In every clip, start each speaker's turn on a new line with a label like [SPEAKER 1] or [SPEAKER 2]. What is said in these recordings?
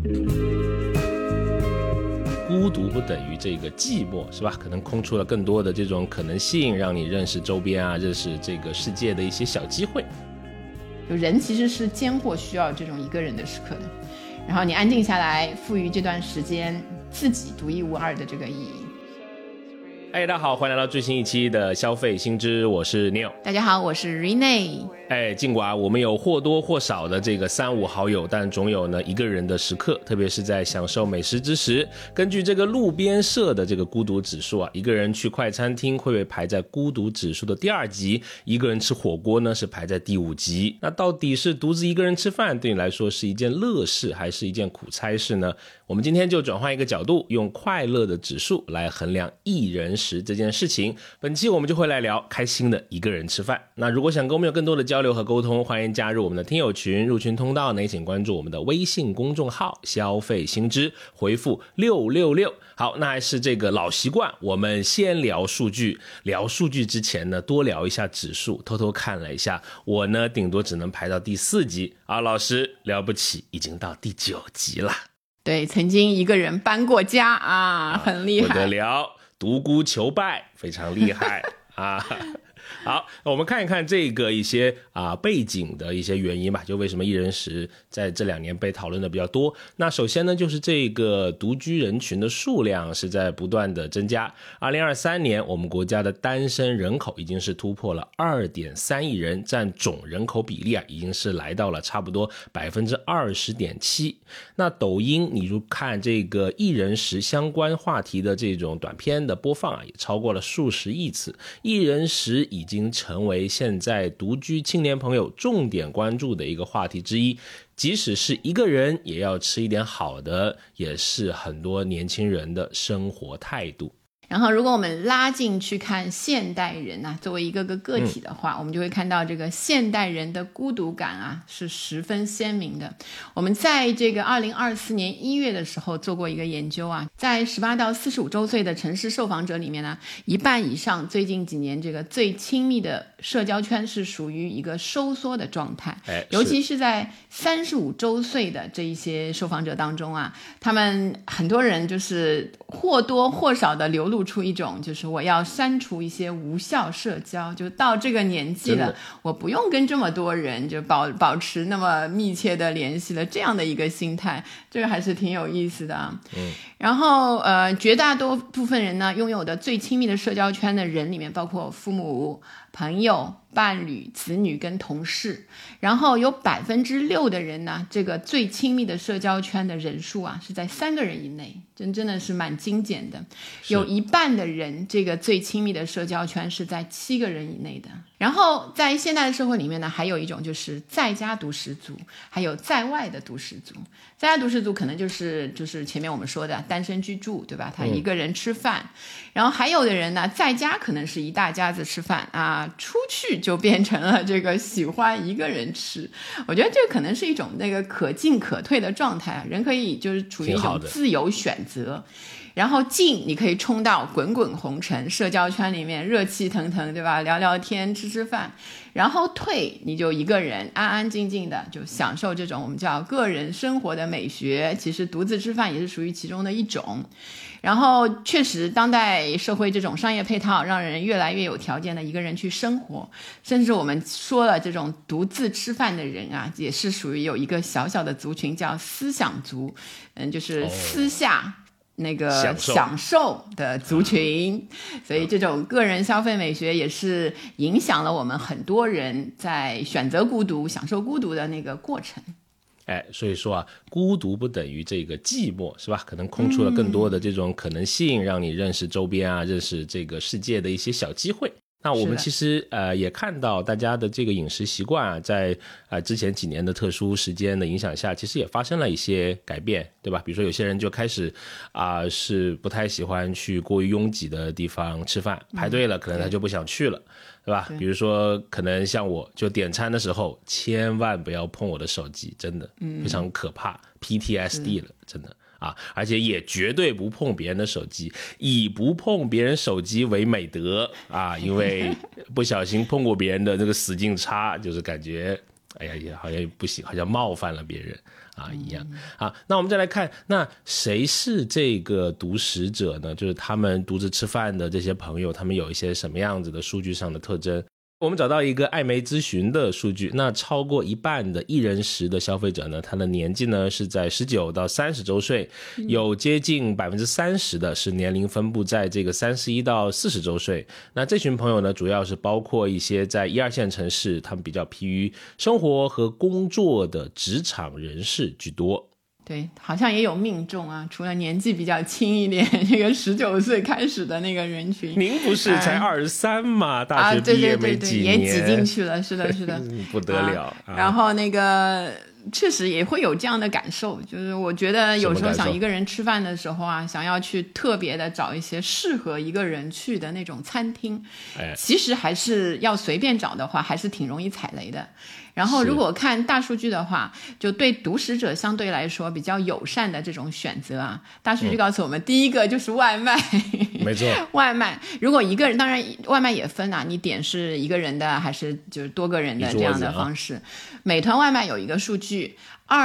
[SPEAKER 1] 孤独不等于这个寂寞，是吧？可能空出了更多的这种可能性，让你认识周边啊，认识这个世界的一些小机会。
[SPEAKER 2] 人其实是间或需要这种一个人的时刻的，然后你安静下来，赋予这段时间自己独一无二的这个意义。
[SPEAKER 1] 大家好，欢迎来到最新一期的消费新知，我是 Neil。
[SPEAKER 2] 大家好，我是 Renee。
[SPEAKER 1] 尽管我们有或多或少的这个三五好友，但总有呢一个人的时刻，特别是在享受美食之时。根据这个路边社的这个孤独指数啊，一个人去快餐厅会被排在孤独指数的第2级，一个人吃火锅呢是排在第5级。那到底是独自一个人吃饭对你来说是一件乐事，还是一件苦差事呢？我们今天就转换一个角度，用快乐的指数来衡量一人食这件事情。本期我们就会来聊开心的一个人吃饭。那如果想跟我们有更多的交流和沟通，欢迎加入我们的听友群，入群通道呢，请关注我们的微信公众号消费新知，回复666。好，那还是这个老习惯，我们先聊数据。聊数据之前呢，多聊一下指数。偷偷看了一下，我呢顶多只能排到第4级啊，老师了不起，已经到第9级了。
[SPEAKER 2] 对，曾经一个人搬过家啊，很厉害，
[SPEAKER 1] 不得了，独孤求败，非常厉害啊。好，我们看一看这个一些背景的一些原因吧，就为什么一人食在这2年被讨论的比较多。那首先呢，就是这个独居人群的数量是在不断的增加。2023年我们国家的单身人口已经是突破了 2.3 亿人，占总人口比例已经是来到了差不多 20.7%。那抖音你如看这个一人食相关话题的这种短片的播放也超过了数十亿次。一人食已经成为现在独居青年朋友重点关注的一个话题之一，即使是一个人也要吃一点好的，也是很多年轻人的生活态度。
[SPEAKER 2] 然后如果我们拉进去看现代人作为一个个体的话，我们就会看到这个现代人的孤独感是十分鲜明的。我们在这个2024年1月的时候做过一个研究在18到45周岁的城市受访者里面一半以上最近几年这个最亲密的社交圈是属于一个收缩的状态，尤其是在35周岁的这一些受访者当中他们很多人就是或多或少的流露出一种就是我要删除一些无效社交，就到这个年纪了，我不用跟这么多人就保持那么密切的联系了，这样的一个心态，这个还是挺有意思的然后绝大多部分人呢，拥有的最亲密的社交圈的人里面包括父母、朋友、伴侣、子女跟同事，然后有 6% 的人呢，这个最亲密的社交圈的人数是在3个人以内，真的是蛮精简的。有一半的人这个最亲密的社交圈是在7个人以内的。然后在现代的社会里面呢，还有一种就是在家独食族，还有在外的独食族。在家独食族可能就是前面我们说的单身居住，对吧？他一个人吃饭。然后还有的人呢，在家可能是一大家子吃饭出去就变成了这个喜欢一个人吃。我觉得这可能是一种那个可进可退的状态人可以就是处于一种自由选择。然后进你可以冲到滚滚红尘社交圈里面热气腾腾，对吧？聊聊天吃饭。然后退你就一个人安安静静的就享受这种我们叫个人生活的美学，其实独自吃饭也是属于其中的一种。然后确实当代社会这种商业配套让人越来越有条件的一个人去生活，甚至我们说了这种独自吃饭的人也是属于有一个小小的族群叫思想族，就是私下那个享受的族群。所以这种个人消费美学也是影响了我们很多人在选择孤独享受孤独的那个过程。
[SPEAKER 1] 所以说孤独不等于这个寂寞，是吧？可能空出了更多的这种可能性，让你认识周边认识这个世界的一些小机会。那我们其实也看到大家的这个饮食习惯在之前几年的特殊时间的影响下，其实也发生了一些改变，对吧？比如说有些人就开始是不太喜欢去过于拥挤的地方吃饭，排队了可能他就不想去了，对吧？比如说可能像我就点餐的时候千万不要碰我的手机，真的非常可怕，PTSD 了，真的而且也绝对不碰别人的手机，以不碰别人手机为美德因为不小心碰过别人的那个使劲插，就是感觉哎呀，也好像不行，好像冒犯了别人啊一样。好，那我们再来看，那谁是这个独食者呢？就是他们独自吃饭的这些朋友，他们有一些什么样子的数据上的特征？我们找到一个艾媒咨询的数据，那超过一半的一人食的消费者呢，他的年纪呢是在19到30周岁，有接近30%的是年龄分布在这个31到40周岁。那这群朋友呢，主要是包括一些在1、2线城市，他们比较疲于生活和工作的职场人士居多。
[SPEAKER 2] 对，好像也有命中啊，除了年纪比较轻一点，这个19岁开始的那个人群。
[SPEAKER 1] 您不是才23吗？大学毕业没几年，
[SPEAKER 2] 也挤进去了，是的，是的，
[SPEAKER 1] 不得了。
[SPEAKER 2] 然后那个确实也会有这样的感受，就是我觉得有时候想一个人吃饭的时候啊，想要去特别的找一些适合一个人去的那种餐厅，其实还是要随便找的话，还是挺容易踩雷的。然后如果看大数据的话，就对独食者相对来说比较友善的这种选择啊，大数据告诉我们，第一个就是外卖。
[SPEAKER 1] 没错，
[SPEAKER 2] 外卖如果一个人，当然外卖也分啊，你点是一个人的还是就是多个人的这样的方式。美团外卖有一个数据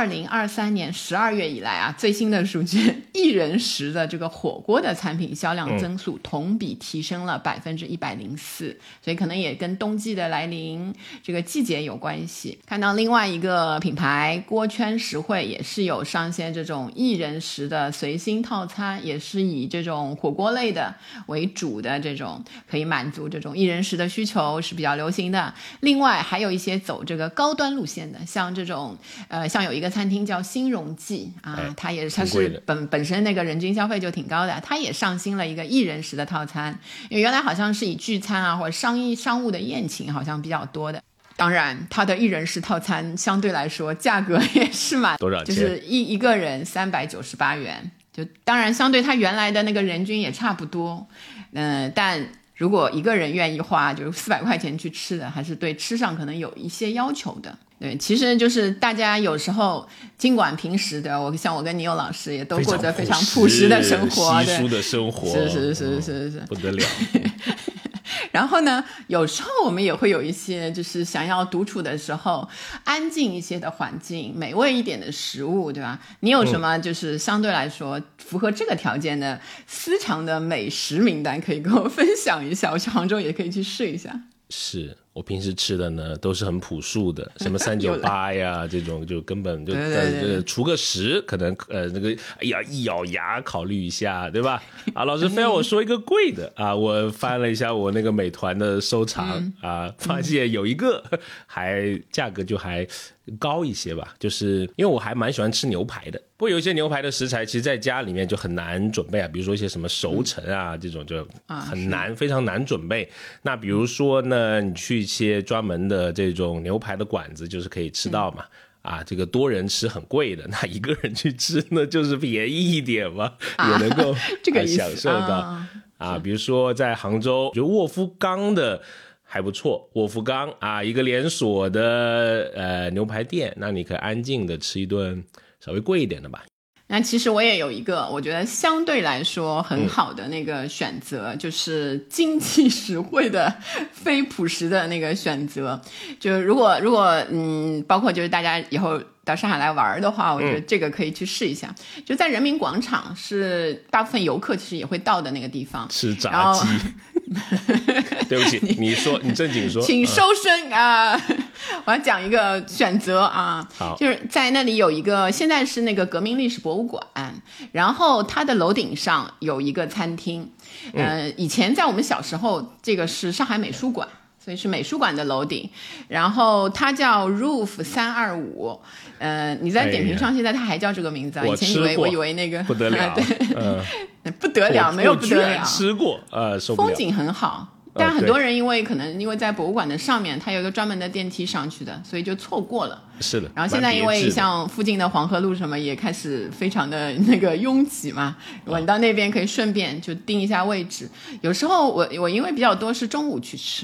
[SPEAKER 2] ，2023年12月以来啊，最新的数据，一人食的这个火锅的产品销量增速同比提升了104%，所以可能也跟冬季的来临这个季节有关系。看到另外一个品牌锅圈实惠也是有上线这种一人食的随心套餐，也是以这种火锅类的为主的，这种可以满足这种一人食的需求是比较流行的。另外还有一些走这个高端路线的，像这种像有一个餐厅叫新荣记啊，它是本身那个人均消费就挺高的，它也上新了一个一人食的套餐，因为原来好像是以聚餐啊或者商务的宴请好像比较多的。当然它的一人食套餐相对来说价格也是
[SPEAKER 1] 多少钱？
[SPEAKER 2] 就是一个人398元，就当然相对它原来的那个人均也差不多，但如果一个人愿意花就是400块钱去吃的，还是对吃上可能有一些要求的。对，其实就是大家有时候尽管平时的像我跟倪友老师也都过着非常朴实的生活，
[SPEAKER 1] 稀疏的生活，
[SPEAKER 2] 是
[SPEAKER 1] 不得了。
[SPEAKER 2] 然后呢，有时候我们也会有一些就是想要独处的时候，安静一些的环境，美味一点的食物，对吧？你有什么就是相对来说符合这个条件的私藏的美食名单可以跟我分享一下？我去杭州也可以去试一下。
[SPEAKER 1] 是我平时吃的呢都是很朴素的，什么398呀这种就根本就除个10可能那个哎呀一咬牙考虑一下，对吧？啊，老师非要我说一个贵的啊，我翻了一下我那个美团的收藏啊，发现有一个还价格就还高一些吧，就是因为我还蛮喜欢吃牛排的，不过有一些牛排的食材其实在家里面就很难准备啊，比如说一些什么熟成啊这种就很难，非常难准备。那比如说呢，你去一些专门的这种牛排的馆子就是可以吃到嘛，这个多人吃很贵的，那一个人去吃呢就是便宜一点嘛，也能够
[SPEAKER 2] 这个
[SPEAKER 1] 享受到比如说在杭州就沃夫冈的还不错，沃夫冈一个连锁的牛排店，那你可以安静的吃一顿稍微贵一点的吧。
[SPEAKER 2] 那其实我也有一个我觉得相对来说很好的那个选择，就是经济实惠的非朴实的那个选择。就如果包括就是大家以后到上海来玩的话，我觉得这个可以去试一下。就在人民广场，是大部分游客其实也会到的那个地方，
[SPEAKER 1] 吃炸鸡。对不起，你正经说，
[SPEAKER 2] 请收声我要讲一个选择
[SPEAKER 1] 好，
[SPEAKER 2] 就是在那里有一个，现在是那个革命历史博物馆，然后它的楼顶上有一个餐厅，以前在我们小时候，这个是上海美术馆。所以是美术馆的楼顶，然后它叫 Roof 325，你在点评上现在它还叫这个名字以前我以为那个
[SPEAKER 1] 不得了，
[SPEAKER 2] 不得了，没有不得了，
[SPEAKER 1] 吃过受不了，
[SPEAKER 2] 风景很好。但很多人因为在博物馆的上面它有一个专门的电梯上去的，所以就错过了。
[SPEAKER 1] 是的。
[SPEAKER 2] 然后现在因为像附近的黄河路什么也开始非常的那个拥挤嘛，我到那边可以顺便就定一下位置。有时候我因为比较多是中午去吃，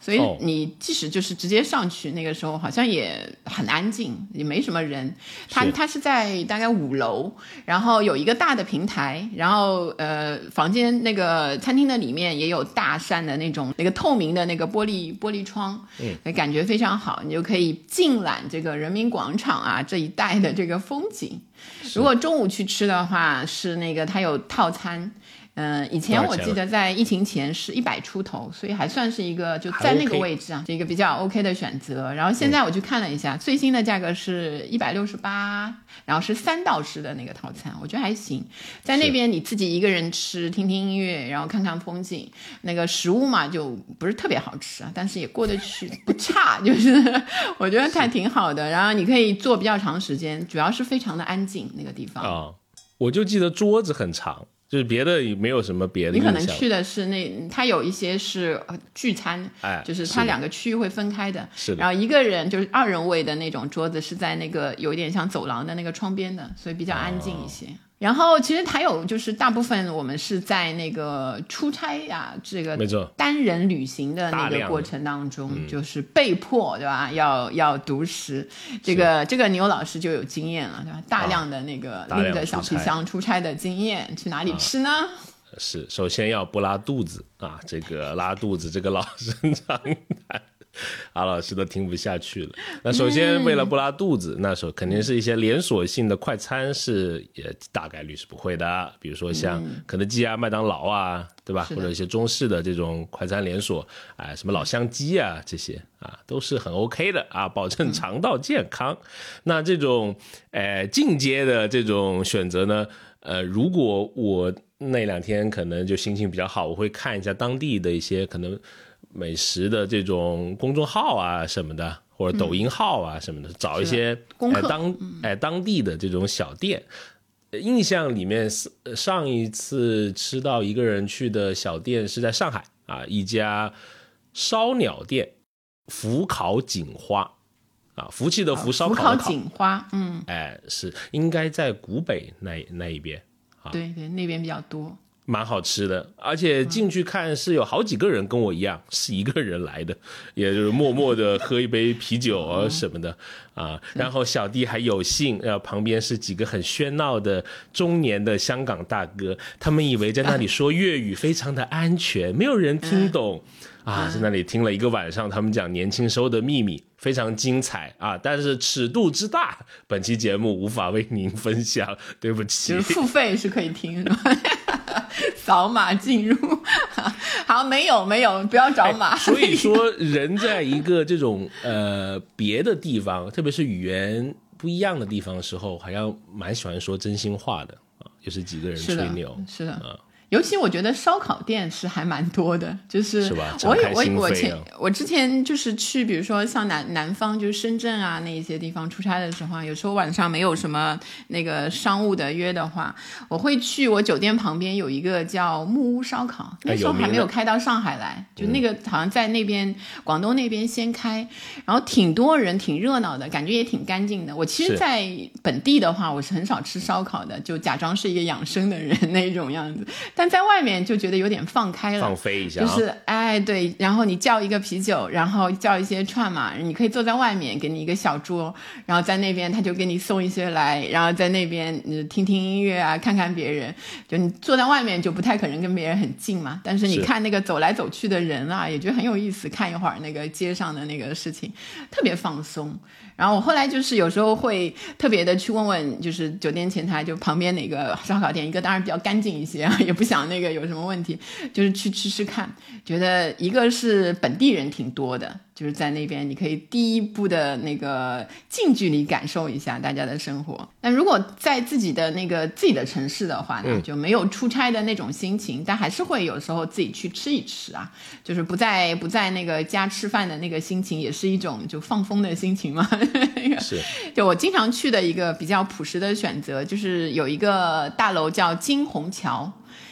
[SPEAKER 2] 所以你即使就是直接上去，那个时候好像也很安静，也没什么人。它是在大概5楼，然后有一个大的平台，然后房间那个餐厅的里面也有大扇的那种那个透明的那个玻璃窗，感觉非常好，你就可以尽览这个人民广场啊这一带的这个风景。如果中午去吃的话，是那个它有套餐。以前我记得在疫情前是100出头，所以还算是一个就在那个位置啊，是一个比较 OK 的选择。然后现在我去看了一下，最新的价格是168，然后是3道式的那个套餐，我觉得还行。在那边你自己一个人吃，听听音乐，然后看看风景，那个食物嘛就不是特别好吃啊，但是也过得去，不差，就是我觉得还挺好的。然后你可以坐比较长时间，主要是非常的安静那个地方。
[SPEAKER 1] 我就记得桌子很长。就是别的也没有什么别的印象。
[SPEAKER 2] 你可能去的是它有一些是聚餐，就是它2个区域会分开的。
[SPEAKER 1] 是的。
[SPEAKER 2] 然后一个人就是2人位的那种桌子是在那个有点像走廊的那个窗边的，所以比较安静一些。然后其实还有就是大部分我们是在那个出差呀，这个单人旅行的那个过程当中，就是被迫对吧，要独食。这个牛老师就有经验了，对吧？大量的那个拎着小皮箱出差的经验，去哪里吃呢？
[SPEAKER 1] 是，首先要不拉肚子啊，这个拉肚子这个老生常谈。阿老师都听不下去了。那首先为了不拉肚子，那时候肯定是一些连锁性的快餐是也大概率是不会的，比如说像肯德基啊、麦当劳啊，对吧？或者一些中式的这种快餐连锁，什么老乡鸡啊这些啊都是很 OK 的啊，保证肠道健康。那这种进阶的这种选择呢，如果我那2天可能就心情比较好，我会看一下当地的一些可能美食的这种公众号啊什么的，或者抖音号啊什么的，找一些当地的这种小店。印象里面上一次吃到一个人去的小店是在上海啊，一家烧鸟店，福烤锦花啊，福气的福，烧烤的烤，
[SPEAKER 2] 福烤锦花，
[SPEAKER 1] 是应该在古北那一边啊，
[SPEAKER 2] 对，那边比较多。
[SPEAKER 1] 蛮好吃的，而且进去看是有好几个人跟我一样是一个人来的，也就是默默的喝一杯啤酒啊什么的啊。然后小弟还有幸，旁边是几个很喧闹的中年的香港大哥，他们以为在那里说粤语非常的安全，没有人听懂啊，在那里听了1个晚上，他们讲年轻时候的秘密，非常精彩啊！但是尺度之大，本期节目无法为您分享，对不起。
[SPEAKER 2] 就是付费是可以听，是吧？扫码进入，好，没有，不要找码。
[SPEAKER 1] 所以说，人在一个这种别的地方，特别是语言不一样的地方的时候，好像蛮喜欢说真心话的啊，就是几个人吹牛，
[SPEAKER 2] 是的。尤其我觉得烧烤店是还蛮多的，就是我之前就是去，比如说像南方，就是深圳啊那一些地方出差的时候，有时候晚上没有什么那个商务的约的话，我会去我酒店旁边有一个叫木屋烧烤，那时候还没有开到上海来，就那个好像在那边广东那边先开，然后挺多人，挺热闹的，感觉也挺干净的。我其实在本地的话，我是很少吃烧烤的，就假装是一个养生的人那种样子。但在外面就觉得有点放开了，
[SPEAKER 1] 放飞一下，
[SPEAKER 2] 就是对，然后你叫一个啤酒，然后叫一些串嘛，你可以坐在外面，给你一个小桌，然后在那边他就给你送一些来，然后在那边听听音乐啊，看看别人。就你坐在外面就不太可能跟别人很近嘛，但是你看那个走来走去的人啊，也觉得很有意思，看一会儿那个街上的那个事情，特别放松。然后我后来就是有时候会特别的去问问，就是酒店前台就旁边哪个烧烤店，一个当然比较干净一些啊，也不想那个有什么问题，就是去吃吃看。觉得一个是本地人挺多的，就是在那边你可以第一步的那个近距离感受一下大家的生活。但如果在自己的城市的话呢，就没有出差的那种心情，但还是会有时候自己去吃一吃啊，就是不在那个家吃饭的那个心情，也是一种就放风的心情嘛。
[SPEAKER 1] 是，
[SPEAKER 2] 就我经常去的一个比较朴实的选择，就是有一个大楼叫金虹桥。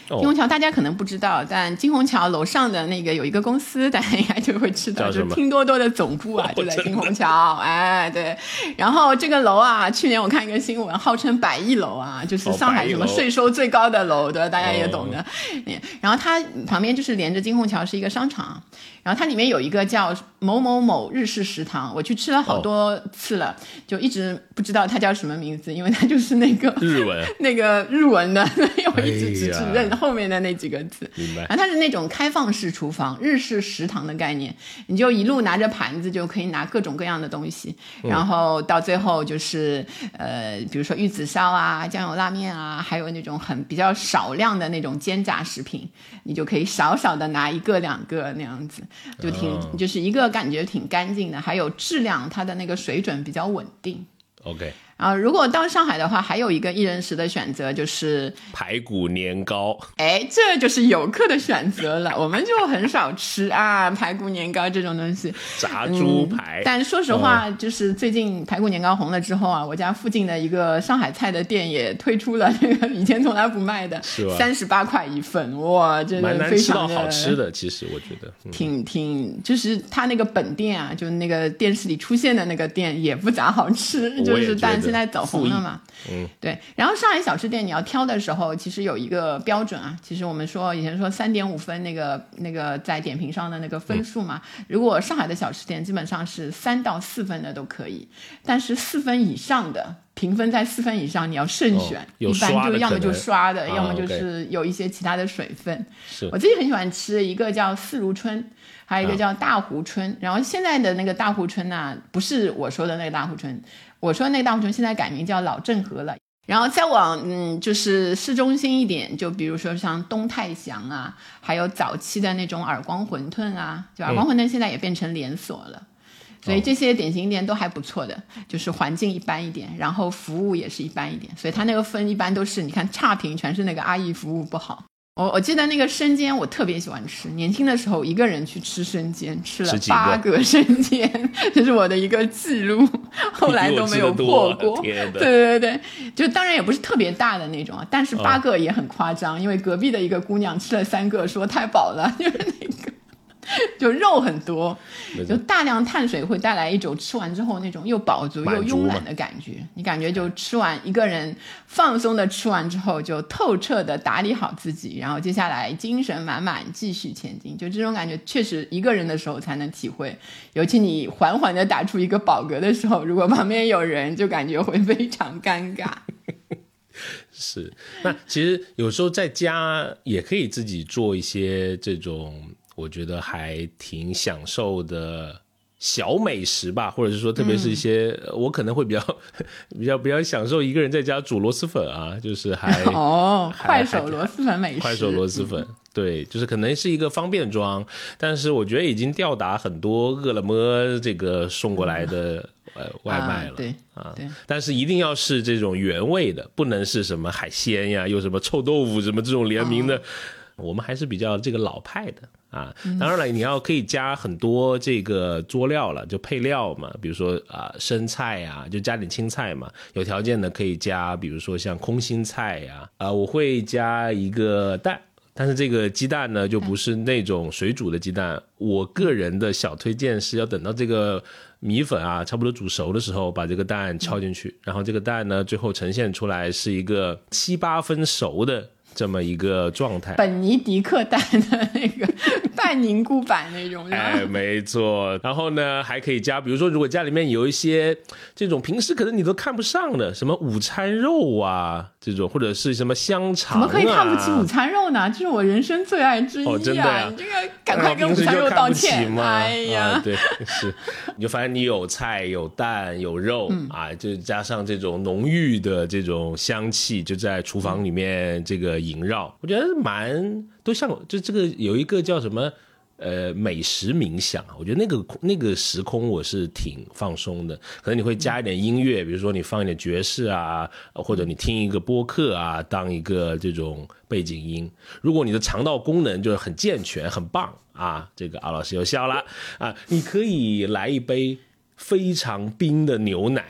[SPEAKER 2] 金虹桥大家可能不知道，但金虹桥楼上的那个有一个公司，大家应该就会知道，就是拼多多的总部啊，就在金虹桥。哎，对。然后这个楼啊，去年我看一个新闻，号称100亿楼啊，就是上海什么税收最高的楼，对，大家也懂的。然后它旁边就是连着金虹桥是一个商场，然后它里面有一个叫某某某日式食堂，我去吃了好多次了，就一直不知道它叫什么名字，因为它就是那个
[SPEAKER 1] 日文
[SPEAKER 2] 那个日文的，我一直只认后面的那几个字。
[SPEAKER 1] 明白。
[SPEAKER 2] 然后它是那种开放式厨房，日式食堂的概念，你就一路拿着盘子就可以拿各种各样的东西，然后到最后就是比如说玉子烧啊、酱油拉面啊，还有那种比较少量的那种煎炸食品，你就可以少少的拿1个2个那样子，就就是一个感觉挺干净的，还有质量，它的那个水准比较稳定。
[SPEAKER 1] OK。
[SPEAKER 2] 如果到上海的话，还有一个一人食的选择就是
[SPEAKER 1] 排骨年糕。
[SPEAKER 2] 哎，这就是游客的选择了，我们就很少吃啊排骨年糕这种东西，
[SPEAKER 1] 炸猪排。
[SPEAKER 2] 但说实话，就是最近排骨年糕红了之后啊，我家附近的一个上海菜的店也推出了这个以前从来不卖的38块一份，哇，真的非常的
[SPEAKER 1] 蛮难吃到好吃的。其实我觉得
[SPEAKER 2] 挺就是他那个本店啊，就那个电视里出现的那个店也不咋好吃，就是但现在走红了嘛。对。然后上海小吃店你要挑的时候，其实有一个标准啊。其实我们以前说3.5分那个在点评上的那个分数嘛，如果上海的小吃店基本上是3到4分的都可以，但是4分以上的评分在4分以上你要慎选，一般就要么就刷的，要么就是有一些其他的水分。我自己很喜欢吃一个叫四如春，还有一个叫大湖春。然后现在的那个大湖春啊，不是我说的那个大湖春，我说的那个大湖春现在改名叫老郑和了。然后再往就是市中心一点，就比如说像东太祥啊，还有早期的那种耳光馄饨啊，就耳光馄饨现在也变成连锁了。所以这些典型店都还不错的，就是环境一般一点，然后服务也是一般一点，所以它那个分一般都是你看差评全是那个阿姨服务不好。我记得那个生煎我特别喜欢吃，年轻的时候一个人去吃生煎，吃了8个生煎，这是我的一个记录，后来都没有破过。对对对，就当然也不是特别大的那种，但是8个也很夸张，因为隔壁的一个姑娘吃了3个，说太饱了，就是那个。就肉很多，就大量碳水会带来一种吃完之后那种又饱足又慵懒的感觉，你感觉就吃完一个人放松的吃完之后就透彻的打理好自己，然后接下来精神满满继续前进，就这种感觉确实一个人的时候才能体会，尤其你缓缓的打出一个饱嗝的时候，如果旁边有人就感觉会非常尴尬。
[SPEAKER 1] 是，那其实有时候在家也可以自己做一些这种我觉得还挺享受的小美食吧，或者是说特别是一些我可能会比较享受一个人在家煮螺蛳粉啊，就是
[SPEAKER 2] 快手螺蛳粉美食，
[SPEAKER 1] 快手螺蛳粉。对，就是可能是一个方便装，但是我觉得已经吊打很多饿了么这个送过来的外卖了。
[SPEAKER 2] 对。
[SPEAKER 1] 但是一定要是这种原味的，不能是什么海鲜呀，有什么臭豆腐什么这种联名的。我们还是比较这个老派的啊，当然了，你可以加很多这个佐料了，就配料嘛，比如说生菜呀，就加点青菜嘛，有条件的可以加，比如说像空心菜呀，我会加一个蛋，但是这个鸡蛋呢就不是那种水煮的鸡蛋，我个人的小推荐是要等到这个米粉啊差不多煮熟的时候，把这个蛋敲进去，然后这个蛋呢最后呈现出来是一个7、8分熟的这么一个状态，
[SPEAKER 2] 本尼迪克蛋的那个半凝固版那种。
[SPEAKER 1] 哎，没错。然后呢还可以加，比如说如果家里面有一些这种平时可能你都看不上的什么午餐肉啊这种，或者是什么香肠啊，
[SPEAKER 2] 怎么可以看不起午餐肉呢？这是我人生最爱之一啊！
[SPEAKER 1] 真的呀，
[SPEAKER 2] 你这个赶快跟午餐肉道歉
[SPEAKER 1] 哎呀，对，是，你就反正你有菜有蛋有肉就加上这种浓郁的这种香气就在厨房里面这个萦绕，我觉得都像，就这个有一个叫什么美食冥想，我觉得那个时空我是挺放松的，可能你会加一点音乐，比如说你放一点爵士啊，或者你听一个播客啊，当一个这种背景音。如果你的肠道功能就是很健全很棒啊，这个阿老师又笑了啊，你可以来一杯非常冰的牛奶，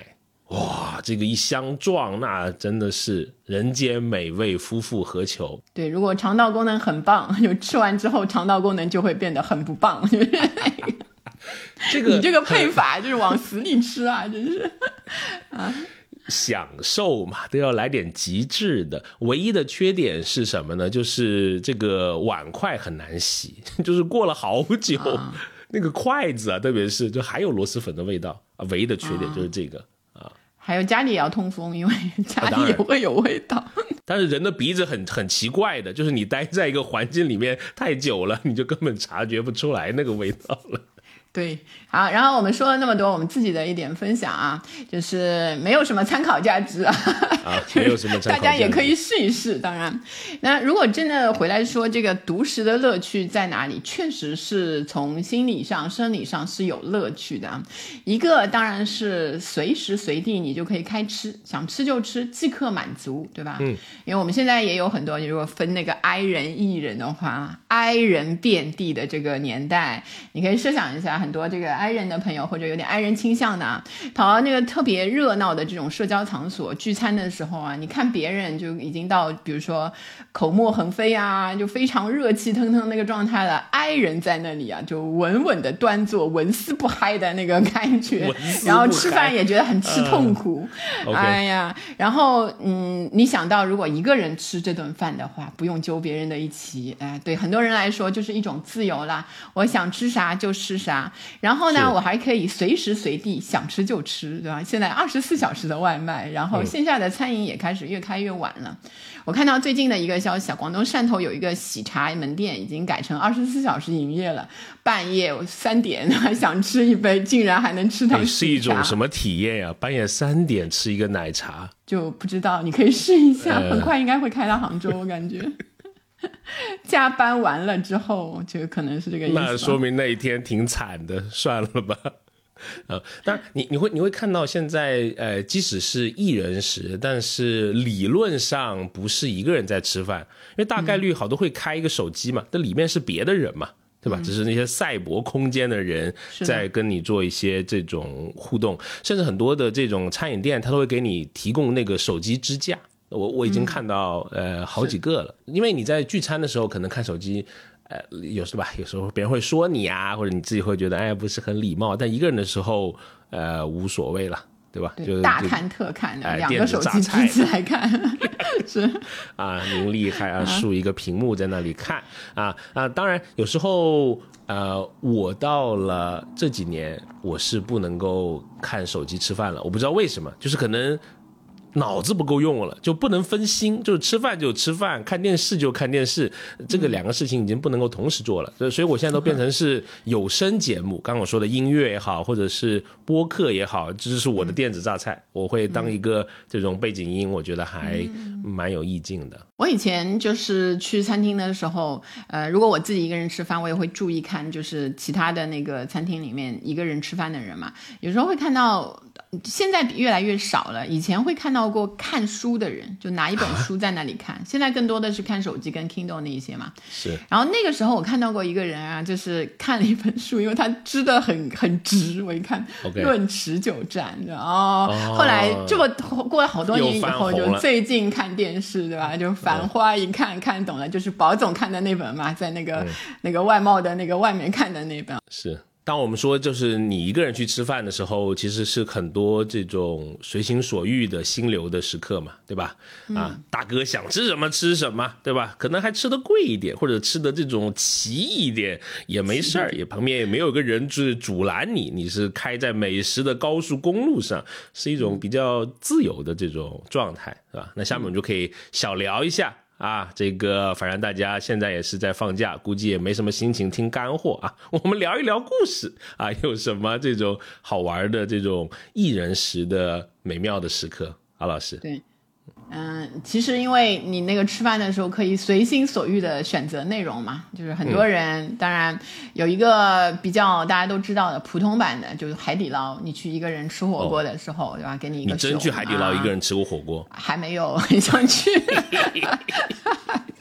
[SPEAKER 1] 哇，这个一相撞，那真的是人间美味，夫复何求。
[SPEAKER 2] 对，如果肠道功能很棒，就吃完之后肠道功能就会变得很不棒。
[SPEAKER 1] 这个
[SPEAKER 2] 你这个配法就是往死里吃啊，真是啊。
[SPEAKER 1] 享受嘛，都要来点极致的。唯一的缺点是什么呢？就是这个碗筷很难洗，就是过了好久，那个筷子啊，特别是就还有螺蛳粉的味道啊。唯一的缺点就是这个啊。
[SPEAKER 2] 还有家里也要通风，因为家里也会有味道。
[SPEAKER 1] 但是人的鼻子很奇怪的，就是你待在一个环境里面太久了，你就根本察觉不出来那个味道了。
[SPEAKER 2] 对，好，然后我们说了那么多，我们自己的一点分享啊，就是没有什么参考价值啊，
[SPEAKER 1] 没有什么参考价值，
[SPEAKER 2] 大家也可以试一试。当然，那如果真的回来说这个独食的乐趣在哪里，确实是从心理上、生理上是有乐趣的。一个当然是随时随地你就可以开吃，想吃就吃，即刻满足，对吧？因为我们现在也有很多，如果分那个 I 人、E 人的话 ，I 人遍地的这个年代，你可以设想一下。很多这个 I 人的朋友或者有点 I 人倾向的啊，跑到那个特别热闹的这种社交场所聚餐的时候啊，你看别人就已经到比如说口沫横飞啊，就非常热气腾腾那个状态了， I 人在那里啊就稳稳的端坐，纹丝不嗨的那个感觉，然后吃饭也觉得很吃痛苦哎呀，然后你想到如果一个人吃这顿饭的话，不用揪别人的一起，对很多人来说就是一种自由啦，我想吃啥就吃啥。然后呢，我还可以随时随地想吃就吃，对吧？现在24小时的外卖，然后线下的餐饮也开始越开越晚了。我看到最近的一个消息，广东汕头有一个喜茶门店已经改成24小时营业了，半夜3点想吃一杯，竟然还能吃到喜茶。
[SPEAKER 1] 是一种什么体验呀？半夜3点吃一个奶茶，
[SPEAKER 2] 就不知道，你可以试一下，很快应该会开到杭州，我感觉。加班完了之后就可能是这个意思，
[SPEAKER 1] 那说明那一天挺惨的，算了吧。当然你会看到现在即使是一人食，但是理论上不是一个人在吃饭，因为大概率好多会开一个手机嘛，但里面是别的人嘛，对吧？只是那些赛博空间的人在跟你做一些这种互动，甚至很多的这种餐饮店它都会给你提供那个手机支架。我已经看到好几个了，因为你在聚餐的时候可能看手机，有时候别人会说你啊，或者你自己会觉得不是很礼貌，但一个人的时候无所谓了，对吧？就
[SPEAKER 2] 大看特看的，两个手机支起来看，是
[SPEAKER 1] 啊，您厉害啊，竖一个屏幕在那里看啊。当然有时候我到了这几年我是不能够看手机吃饭了，我不知道为什么，就是可能脑子不够用了，就不能分心，就是吃饭就吃饭，看电视就看电视，这个两个事情已经不能够同时做了，所以我现在都变成是有声节目，刚刚我说的音乐也好，或者是播客也好，这是我的电子榨菜，我会当一个这种背景音，我觉得还蛮有意境的。
[SPEAKER 2] 我以前就是去餐厅的时候，如果我自己一个人吃饭，我也会注意看，就是其他的那个餐厅里面一个人吃饭的人嘛，有时候会看到，现在越来越少了，以前会看到过看书的人，就拿一本书在那里看，现在更多的是看手机跟 Kindle 那一些嘛。
[SPEAKER 1] 是。然
[SPEAKER 2] 后那个时候我看到过一个人啊，就是看了一本书，因为他支得很直，我一看论持久战，后来这么过了好多年以后，就最近看电视，对吧？就繁花一看懂了，就是宝总看的那本嘛，在那个外贸的那个外面看的那本。
[SPEAKER 1] 是。当我们说就是你一个人去吃饭的时候，其实是很多这种随心所欲的心流的时刻嘛，对吧？大哥想吃什么吃什么，对吧？可能还吃的贵一点，或者吃的这种奇一点也没事儿，也旁边也没有个人阻拦你，你是开在美食的高速公路上，是一种比较自由的这种状态，是吧？那下面我们就可以小聊一下。这个反正大家现在也是在放假，估计也没什么心情听干货啊。我们聊一聊故事啊，有什么这种好玩的这种一人食的美妙的时刻？郝老师。
[SPEAKER 2] 对。其实因为你那个吃饭的时候可以随心所欲的选择内容嘛，就是很多人当然有一个比较大家都知道的普通版的，就是海底捞，你去一个人吃火锅的时候，对吧？给你一个熊。
[SPEAKER 1] 你真去海底捞一个人吃过火锅？
[SPEAKER 2] 还没有，很想去。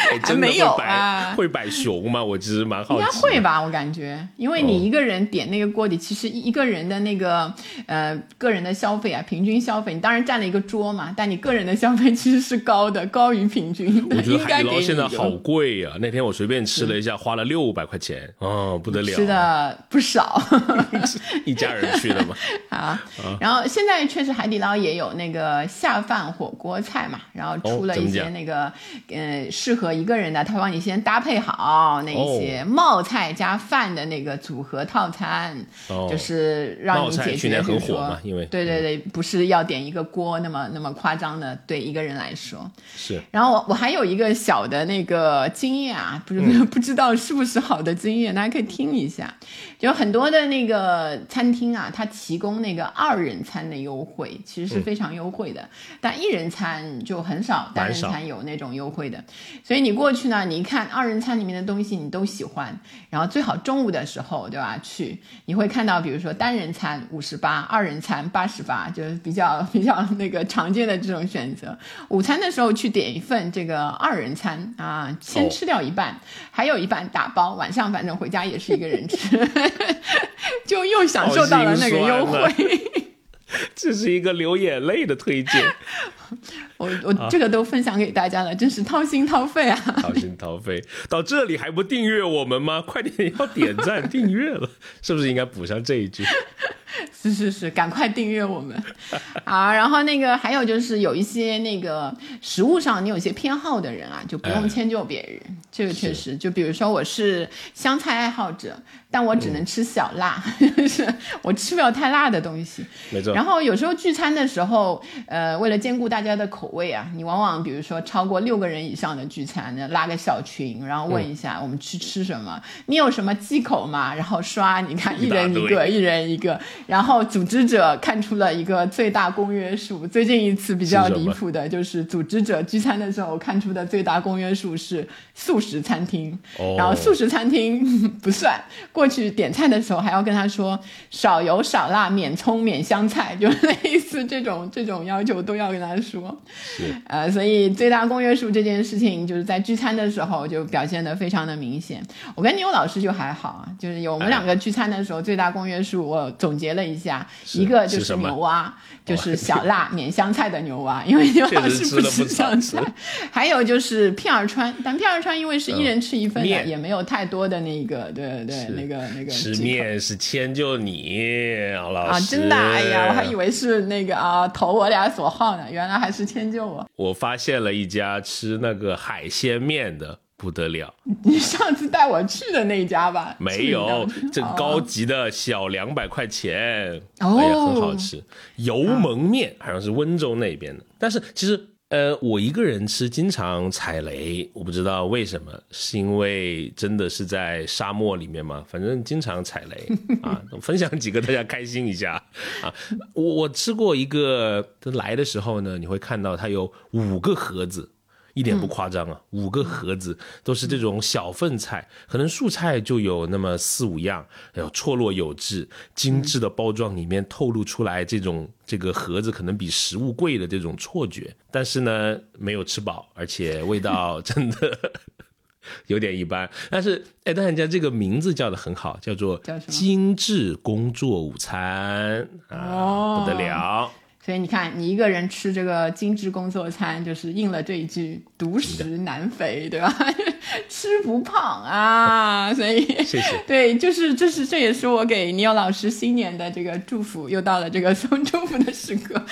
[SPEAKER 1] 真的
[SPEAKER 2] 没有
[SPEAKER 1] 会摆熊吗？我其实蛮好奇。
[SPEAKER 2] 应该会吧，我感觉，因为你一个人点那个锅底，其实一个人的那个个人的消费啊，平均消费，你当然占了一个桌嘛，但你个人的消费其实是高的，高于平均的。
[SPEAKER 1] 我觉得海底捞现在好贵啊，那天我随便吃了一下，花了600块钱，不得了，
[SPEAKER 2] 吃的不少。
[SPEAKER 1] 一家人去的嘛。
[SPEAKER 2] 然后现在确实海底捞也有那个下饭火锅菜嘛，然后出了一些那个适合一个人的，他帮你先搭配好那一些冒菜加饭的那个组合套餐，就是让你解决
[SPEAKER 1] 很火嘛，因为
[SPEAKER 2] 对，不是要点一个锅那么夸张的，对一个人来说
[SPEAKER 1] 是。
[SPEAKER 2] 然后我还有一个小的那个经验啊，不知道是不是好的经验，大家可以听一下。有很多的那个餐厅啊，它提供那个2人餐的优惠，其实是非常优惠的，但1人餐就很少，单人餐有那种优惠的。所以你过去呢，你一看2人餐里面的东西你都喜欢，然后最好中午的时候对吧去，你会看到比如说单人餐58，2人餐88，就是比较那个常见的这种选择。午餐的时候去点一份这个2人餐啊，先吃掉一半，还有一半打包，晚上反正回家也是一个人吃。就又享受到了那个优惠。
[SPEAKER 1] 这是一个流眼泪的推荐。
[SPEAKER 2] 我这个都分享给大家了，真是掏心掏肺啊！
[SPEAKER 1] 掏心掏肺，到这里还不订阅我们吗？快点要点赞订阅了，是不是应该补上这一句？
[SPEAKER 2] 是，赶快订阅我们啊！然后那个还有就是有一些那个食物上你有些偏好的人啊，就不用迁就别人，这个确实。就比如说我是香菜爱好者，但我只能吃小辣，就是我吃不了太辣的东西。
[SPEAKER 1] 没错。
[SPEAKER 2] 然后有时候聚餐的时候，为了兼顾大家的口味啊，你往往比如说超过6个人以上的聚餐，拉个小群，然后问一下我们吃什么，你有什么忌口吗？然后刷，你看一人一个，然后组织者看出了一个最大公约数。最近一次比较离谱的就是组织者聚餐的时候看出的最大公约数是素食餐厅，然后素食餐厅不算，过去点菜的时候还要跟他说少油少辣免葱免香菜，就类似这种要求都要跟他说。所以最大公约数这件事情就是在聚餐的时候就表现得非常的明显。我跟牛老师就还好，就是我们2个聚餐的时候最大公约数我总结了一下，一个就是牛蛙，就是小辣免香菜的牛蛙，因为牛老师不吃香菜。还有就是片儿川，但片儿川因为是1人吃1份的，也没有太多的那个对那个
[SPEAKER 1] 吃面是迁就你老师
[SPEAKER 2] 真的，哎呀，我还以为是那个投我俩所好呢，原来还是迁就我。
[SPEAKER 1] 我发现了一家吃那个海鲜面的不得了。
[SPEAKER 2] 你上次带我去的那家吧？
[SPEAKER 1] 没有，这高级的小200块钱，很好吃。油蒙面好像是温州那边的，但是其实我一个人吃经常踩雷，我不知道为什么，是因为真的是在沙漠里面吗？反正经常踩雷啊。分享几个大家开心一下啊。我吃过一个，来的时候呢，你会看到它有5个盒子。一点不夸张啊，5个盒子都是这种小份菜，可能素菜就有那么4、5样，错落有致，精致的包装里面透露出来这个盒子可能比食物贵的这种错觉。但是呢，没有吃饱，而且味道真的有点一般。但是但人家这个名字叫得很好，叫做精致工作午餐不得了。
[SPEAKER 2] 所以你看，你一个人吃这个精致工作餐，就是应了这一句“独食难肥”，对吧？吃不胖啊，所以
[SPEAKER 1] 谢谢。
[SPEAKER 2] 对，这也是我给尼欧老师新年的这个祝福，又到了这个送祝福的时刻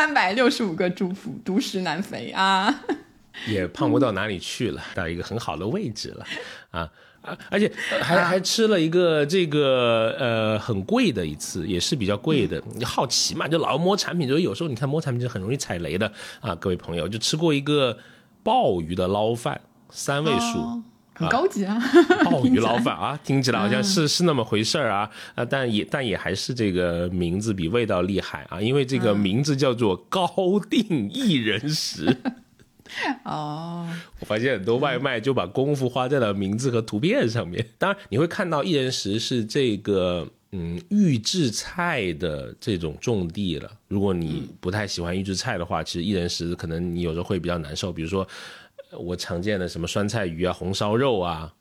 [SPEAKER 2] ，365个祝福，独食难肥啊，
[SPEAKER 1] 也胖不到哪里去了，到一个很好的位置了啊。而且还吃了一个这个很贵的一次，也是比较贵的。好奇嘛，就老摸产品，就有时候你看摸产品就很容易踩雷的啊。各位朋友，就吃过一个鲍鱼的捞饭，3位数，
[SPEAKER 2] 很高级啊。
[SPEAKER 1] 鲍鱼捞饭啊，听起来好像是那么回事啊，但也还是这个名字比味道厉害啊，因为这个名字叫做高定1人食。我发现很多外卖就把功夫花在了名字和图片上面。当然你会看到1人食是这个预制菜的这种种地了。如果你不太喜欢预制菜的话，其实1人食可能你有时候会比较难受。比如说我常见的什么酸菜鱼啊、红烧肉啊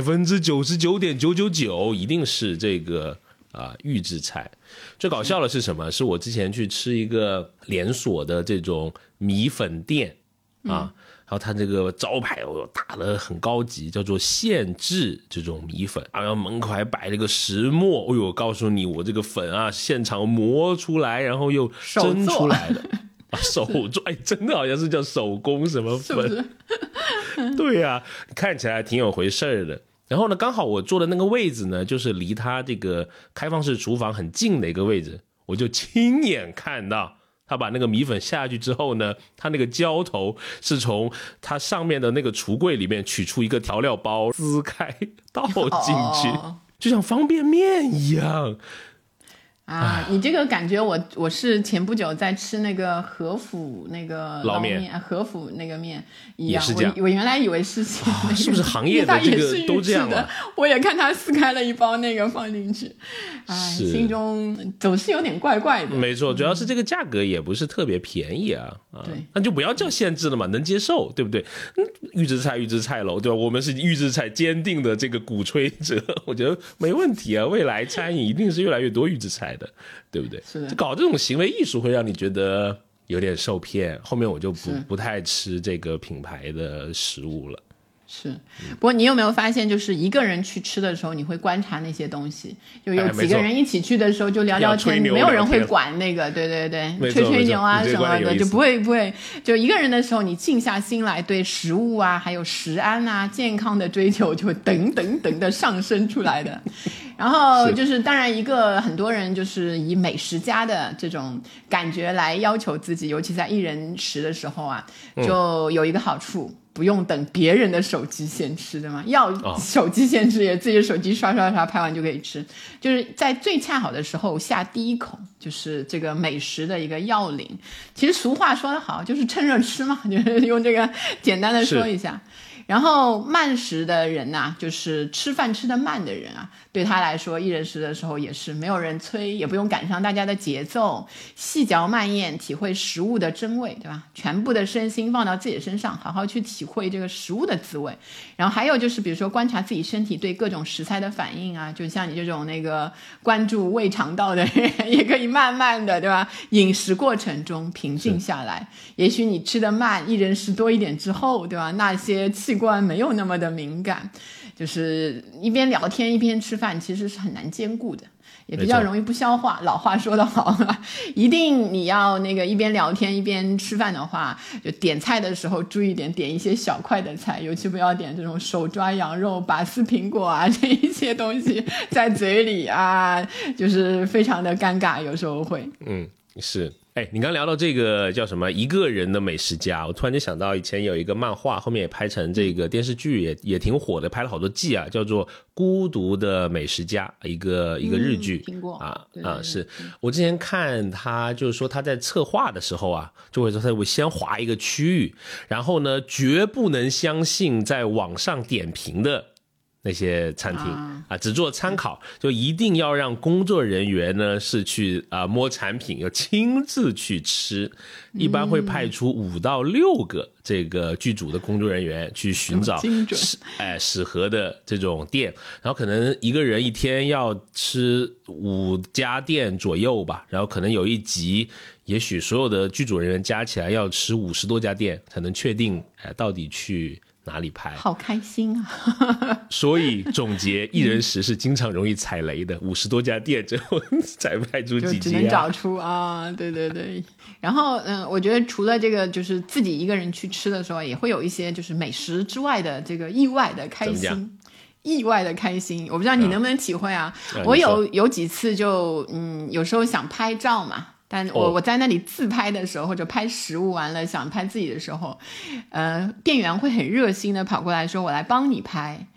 [SPEAKER 1] ，99.999%一定是这个预制菜。最搞笑的是什么？是我之前去吃一个连锁的这种米粉店啊，然后它这个招牌打得很高级，叫做现制这种米粉，然后门口还摆了个石磨，我告诉你，我这个粉啊，现场磨出来，然后又蒸出来的。手做，真的好像是叫手工什么粉，是不是？对啊，看起来挺有回事儿的。然后呢，刚好我坐的那个位置呢，就是离他这个开放式厨房很近的一个位置，我就亲眼看到他把那个米粉下去之后呢，他那个浇头是从他上面的那个橱柜里面取出一个调料包，撕开倒进去，就像方便面一样。
[SPEAKER 2] 你这个感觉我是前不久在吃那个和府那个
[SPEAKER 1] 捞面，
[SPEAKER 2] 和府那个面一样，
[SPEAKER 1] 也是这样。
[SPEAKER 2] 我原来以为是
[SPEAKER 1] 是不是行业的这个都这样啊？
[SPEAKER 2] 我也看他撕开了一包那个放进去，心中总是有点怪怪的。
[SPEAKER 1] 没错，主要是这个价格也不是特别便宜啊。对，那就不要叫限制了嘛，能接受，对不对？预制菜喽，对吧？我们是预制菜坚定的这个鼓吹者，我觉得没问题啊。未来餐饮一定是越来越多预制菜的，对不对？
[SPEAKER 2] 是的，
[SPEAKER 1] 搞这种行为艺术会让你觉得有点受骗，后面我就不太吃这个品牌的食物了。
[SPEAKER 2] 是，不过你有没有发现，就是一个人去吃的时候，你会观察那些东西，就有几个人一起去的时候就聊聊天，没有人会管那个，对对对，吹牛啊什么的，就不会，就一个人的时候，你静下心来，对食物啊，还有食安啊、健康的追求就等等等的上升出来的。然后就是当然很多人就是以美食家的这种感觉来要求自己，尤其在一人食的时候啊，就有一个好处，不用等别人的手机先吃，对吗？要手机先吃，也自己的手机刷拍完就可以吃，就是在最恰好的时候下第一口，就是这个美食的一个要领。其实俗话说得好，就是趁热吃嘛，就是用这个简单的说一下。然后慢食的人啊，就是吃饭吃得慢的人啊，对他来说一人食的时候也是没有人催，也不用赶上大家的节奏，细嚼慢咽，体会食物的真味，对吧？全部的身心放到自己身上，好好去体会这个食物的滋味。然后还有就是比如说观察自己身体对各种食材的反应啊，就像你这种那个关注胃肠道的人也可以慢慢的，对吧？饮食过程中平静下来，也许你吃得慢，一人食多一点之后，对吧？那些器官没有那么的敏感，就是一边聊天一边吃饭，其实是很难兼顾的，也比较容易不消化。老话说得好，一定你要那个一边聊天一边吃饭的话，就点菜的时候注意点一些小块的菜，尤其不要点这种手抓羊肉、拔丝苹果啊，这一些东西在嘴里啊，就是非常的尴尬，有时候会。
[SPEAKER 1] 是。你刚聊到这个叫什么一个人的美食家，我突然就想到以前有一个漫画，后面也拍成这个电视剧，也挺火的，拍了好多季啊，叫做《孤独的美食家》，一个日剧。
[SPEAKER 2] 听过对
[SPEAKER 1] 是我之前看他就是说他在策划的时候啊，就会说他会先划一个区域，然后呢绝不能相信在网上点评的那些餐厅只做参考，就一定要让工作人员呢是去摸产品，要亲自去吃，一般会派出5到6个这个剧组的工作人员去寻找适合的这种店，然后可能一个人一天要吃5家店左右吧，然后可能有一集也许所有的剧组人员加起来要吃50多家店才能确定到底去哪里拍，
[SPEAKER 2] 好开心啊！
[SPEAKER 1] 所以总结，一人食是经常容易踩雷的，50多家店之后才拍出几集，
[SPEAKER 2] 就只能找出对对对。然后我觉得除了这个，就是自己一个人去吃的时候，也会有一些就是美食之外的这个意外的开心。意外的开心，我不知道你能不能体会啊？我有几次就有时候想拍照嘛。但我在那里自拍的时候，或者拍食物完了想拍自己的时候，店员会很热心的跑过来说我来帮你拍，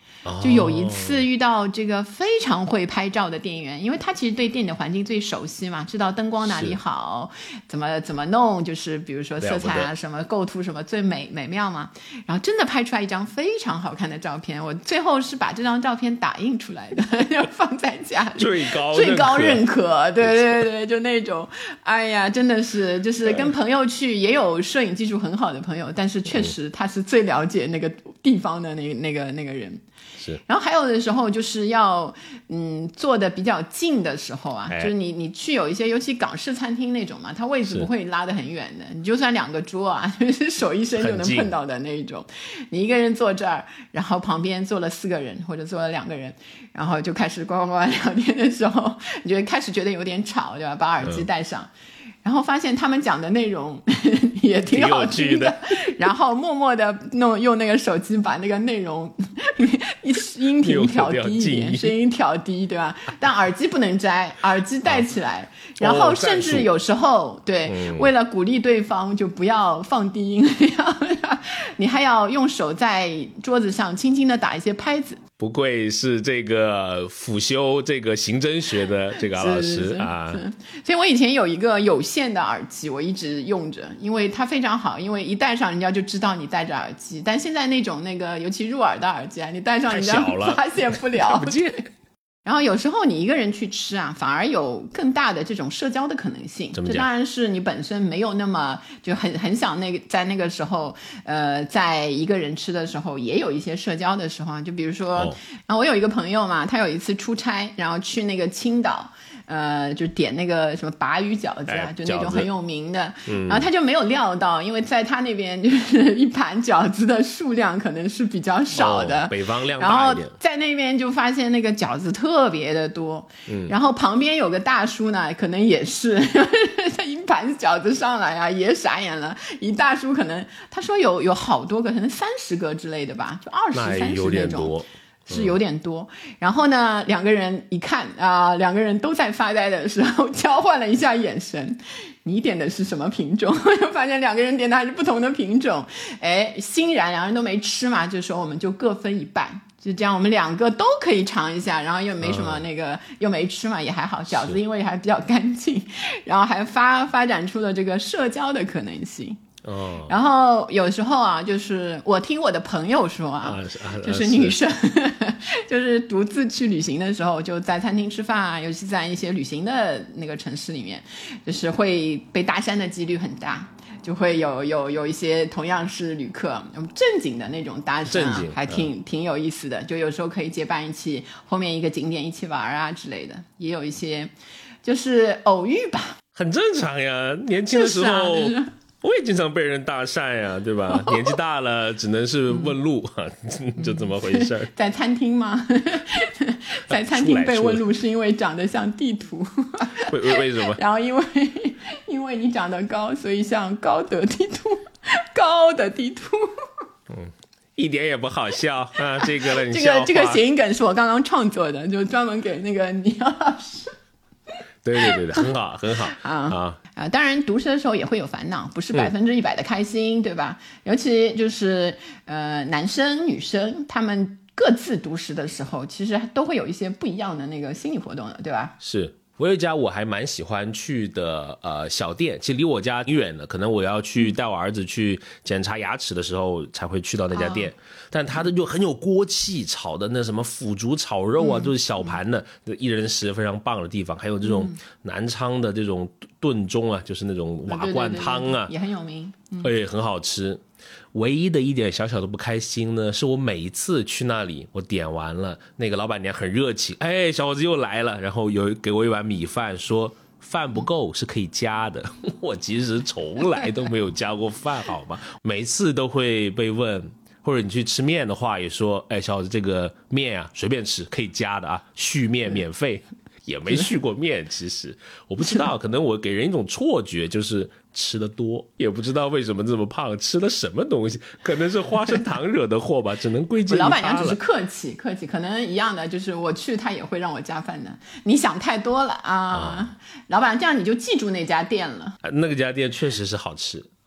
[SPEAKER 2] 就有一次遇到这个非常会拍照的店员，因为他其实对店里的环境最熟悉嘛，知道灯光哪里好，怎么弄，就是比如说色彩啊什么构图什么最美妙嘛。然后真的拍出来一张非常好看的照片，我最后是把这张照片打印出来的，就放在家里，最高认可，对，就那种，哎呀，真的是就是跟朋友去，也有摄影技术很好的朋友，但是确实他是最了解那个地方的那个人。然后还有的时候就是要坐的比较近的时候啊，就是你去有一些尤其港式餐厅那种嘛，它位置不会拉得很远的，你就算2个桌啊，就是手一伸就能碰到的那一种，你一个人坐这儿，然后旁边坐了4个人或者坐了2个人，然后就开始呱呱呱聊天的时候，你就开始觉得有点吵，对吧？把耳机戴上，然后发现他们讲的内容也挺好听的，然后默默的用那个手机把那个内容音频调低一点，声音调低，对吧？但耳机不能摘，耳机戴起来，然后甚至有时候对，为了鼓励对方就不要放低音，你还要用手在桌子上轻轻的打一些拍子。
[SPEAKER 1] 不愧是这个辅修这个刑侦学的这个老师啊！
[SPEAKER 2] 所以我以前有一个有线的耳机，我一直用着，因为它非常好，因为一戴上人家就知道你戴着耳机。但现在那种尤其入耳的耳机啊，你戴上人家发现不了，
[SPEAKER 1] 看不见。
[SPEAKER 2] 然后有时候你一个人去吃啊，反而有更大的这种社交的可能性。这当然是你本身没有那么就很想在那个时候，在一个人吃的时候也有一些社交的时候啊。就比如说，然后我有一个朋友嘛，他有一次出差，然后去那个青岛。就点那个什么鲅鱼饺子啊，就那种很有名的，然后他就没有料到，因为在他那边就是一盘饺子的数量可能是比较少的，
[SPEAKER 1] 北方量大一点，
[SPEAKER 2] 然后在那边就发现那个饺子特别的多，然后旁边有个大叔呢，可能也是他一盘饺子上来啊，也傻眼了，一大叔可能他说有好多个，可能30个之类的吧，就20、30那种。是有点多，然后呢，2个人一看啊，2个人都在发呆的时候交换了一下眼神。你点的是什么品种？就发现2个人点的还是不同的品种。哎，欣然2人都没吃嘛，这时候我们就各分一半，就这样我们2个都可以尝一下，然后又没什么又没吃嘛，也还好，饺子因为还比较干净，然后还发展出了这个社交的可能性。然后有时候啊，就是我听我的朋友说啊，就是女生就是独自去旅行的时候，就在餐厅吃饭啊，尤其在一些旅行的那个城市里面，就是会被搭讪的几率很大，就会有一些同样是旅客正经的那种搭讪啊，还挺有意思的，就有时候可以结伴一起后面一个景点一起玩啊之类的，也有一些就是偶遇吧，
[SPEAKER 1] 很正常呀，年轻的时候我也经常被人搭讪呀，对吧？年纪大了只能是问路，就这么回事儿。
[SPEAKER 2] 在餐厅吗？在餐厅被问路是因为长得像地图。
[SPEAKER 1] 为什么？
[SPEAKER 2] 然后因为你长得高，所以像高德地图，高的地图。
[SPEAKER 1] 一点也不好笑啊！这个冷笑话，
[SPEAKER 2] 这个谐音梗是我刚刚创作的，就专门给那个倪瑶老师。
[SPEAKER 1] 对，很好啊！
[SPEAKER 2] 当然读书的时候也会有烦恼，不是100%的开心，对吧？尤其就是男生女生他们各自读书的时候，其实都会有一些不一样的那个心理活动的，对吧？
[SPEAKER 1] 是。我有一家我还蛮喜欢去的小店，其实离我家挺远的，可能我要去带我儿子去检查牙齿的时候才会去到那家店，但它的就很有锅气，炒的那什么腐竹炒肉啊，就是小盘的，1人食非常棒的地方，还有这种南昌的这种炖盅啊，就是那种瓦罐汤啊，
[SPEAKER 2] 也很有名，
[SPEAKER 1] 很好吃。唯一的一点小小的不开心呢，是我每一次去那里，我点完了，那个老板娘很热情，哎，小伙子又来了，然后给我一碗米饭，说饭不够是可以加的。我其实从来都没有加过饭，好吗？每次都会被问，或者你去吃面的话也说，哎，小伙子这个面啊随便吃，可以加的啊，续面免费。也没续过面，其实我不知道，可能我给人一种错觉，就是吃的多，也不知道为什么这么胖，吃了什么东西，可能是花生糖惹的祸吧，只能归结于他了。
[SPEAKER 2] 老板娘只是客气，可能一样的，就是我去他也会让我加饭的。你想太多了啊！老板，这样你就记住那家店了。
[SPEAKER 1] 那家店确实是好吃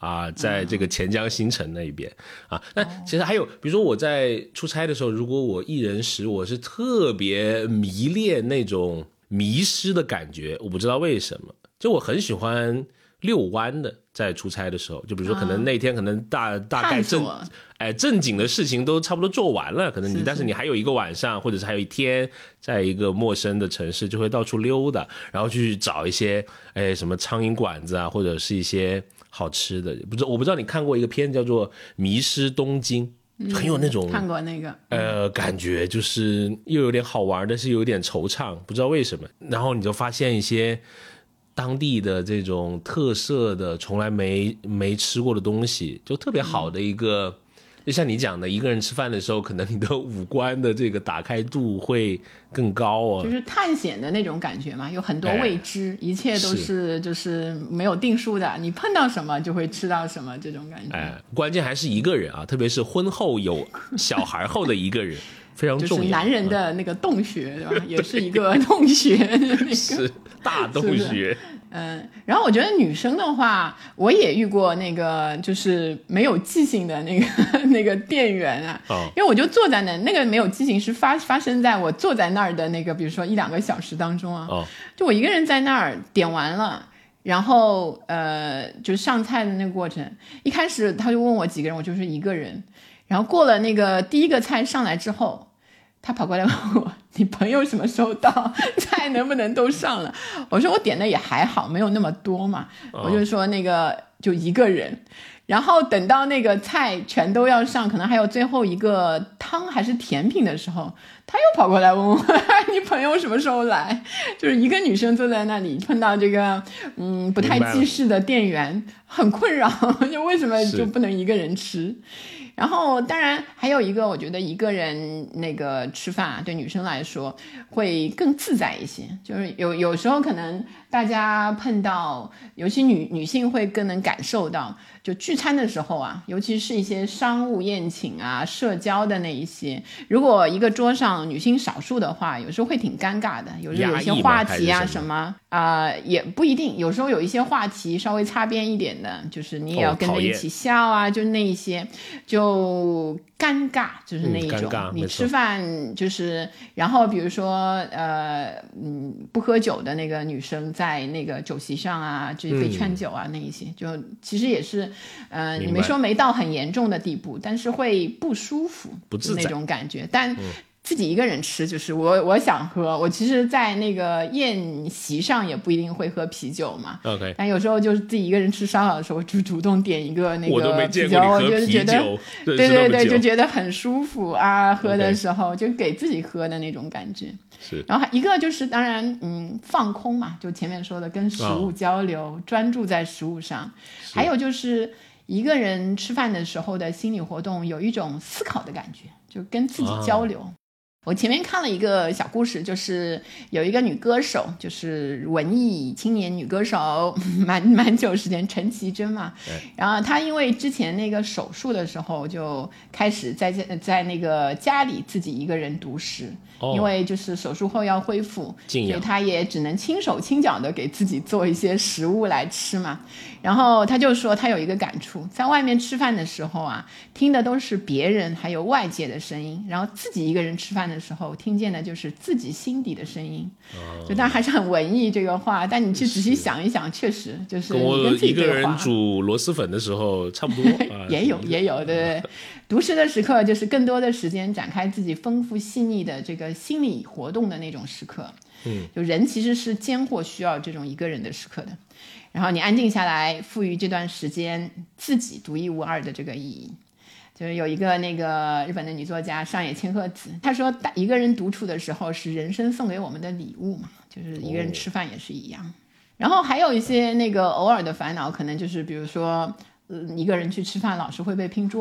[SPEAKER 1] 啊，在这个钱江新城那边啊。那其实还有，比如说我在出差的时候，如果我一人食，我是特别迷恋那种迷失的感觉，我不知道为什么，就我很喜欢遛弯的，在出差的时候，就比如说可能那天可能大概正经的事情都差不多做完了，可能但是你还有一个晚上，或者是还有一天，在一个陌生的城市，就会到处溜达，然后去找一些什么苍蝇馆子啊，或者是一些好吃的。我不知道你看过一个片叫做《迷失东京》。很有那种
[SPEAKER 2] 看过那个
[SPEAKER 1] 感觉，就是又有点好玩，但是又有点惆怅，不知道为什么。然后你就发现一些当地的这种特色的从来没吃过的东西，就特别好的一个就像你讲的，一个人吃饭的时候，可能你的五官的这个打开度会更高啊，
[SPEAKER 2] 就是探险的那种感觉嘛，有很多未知，一切都是就是没有定数的，你碰到什么就会吃到什么这种感觉。
[SPEAKER 1] 关键还是一个人啊，特别是婚后有小孩后的一个人。非常重要，
[SPEAKER 2] 就是男人的那个洞穴，对吧？也是一个洞穴，那个
[SPEAKER 1] 是大洞穴。
[SPEAKER 2] 然后我觉得女生的话，我也遇过那个就是没有记性的那个店员啊，因为我就坐在那个没有记性是发生在我坐在那儿的那个，比如说1-2个小时当中啊，就我一个人在那儿点完了。然后就上菜的那个过程，一开始他就问我几个人，我就是一个人。然后过了那个第一个菜上来之后，他跑过来问我，你朋友什么时候到，菜能不能都上了？我说我点的也还好，没有那么多嘛。我就说那个就一个人。然后等到那个菜全都要上，可能还有最后一个汤还是甜品的时候，他又跑过来问我你朋友什么时候来。就是一个女生坐在那里碰到这个不太记事的店员，很困扰，就为什么就不能一个人吃。然后当然还有一个，我觉得一个人那个吃饭对女生来说会更自在一些，就是有时候可能大家碰到，尤其女性会更能感受到，就聚餐的时候啊，尤其是一些商务宴请啊、社交的那一些，如果一个桌上女性少数的话，有时候会挺尴尬的，有时候有些话题啊什么也不一定，有时候有一些话题稍微擦边一点的，就是你也要跟着一起笑啊，就那一些就尴尬，就是那一种你吃饭就是然后比如说不喝酒的那个女生在那个酒席上啊，就被劝酒啊那一些，就其实也是你没说没到很严重的地步，但是会不舒服不自在那种感觉。但自己一个人吃，就是我想喝，我其实在那个宴席上也不一定会喝啤酒嘛。
[SPEAKER 1] OK，
[SPEAKER 2] 但有时候就是自己一个人吃烧烤的时候，就主动点一个那个啤酒，
[SPEAKER 1] 我都没见过你喝啤酒，
[SPEAKER 2] 对，就觉得很舒服啊，喝的时候就给自己喝的那种感觉。
[SPEAKER 1] 是，
[SPEAKER 2] 然后一个就是当然放空嘛，就前面说的跟食物交流，专注在食物上。还有就是一个人吃饭的时候的心理活动，有一种思考的感觉，就跟自己交流。我前面看了一个小故事，就是有一个女歌手，就是文艺青年女歌手，蛮久时间，陈绮贞嘛。然后她因为之前那个手术的时候，就开始在那个家里自己一个人独食，因为就是手术后要恢复，所以她也只能轻手轻脚的给自己做一些食物来吃嘛。然后她就说她有一个感触，在外面吃饭的时候啊，听的都是别人还有外界的声音，然后自己一个人吃饭的时候听见的就是自己心底的声音。就当然还是很文艺这个话，但你去仔细想一想，确实就是你跟自己对话。
[SPEAKER 1] 跟我一个人煮螺蛳粉的时候差不多
[SPEAKER 2] 也有对。独食的时刻就是更多的时间展开自己丰富细腻的这个心理活动的那种时刻。就人其实是间或需要这种一个人的时刻的，然后你安静下来，赋予这段时间自己独一无二的这个意义。就是有一个那个日本的女作家上野千鹤子，她说一个人独处的时候是人生送给我们的礼物嘛，就是一个人吃饭也是一样。然后还有一些那个偶尔的烦恼，可能就是比如说一个人去吃饭老是会被拼桌嘛，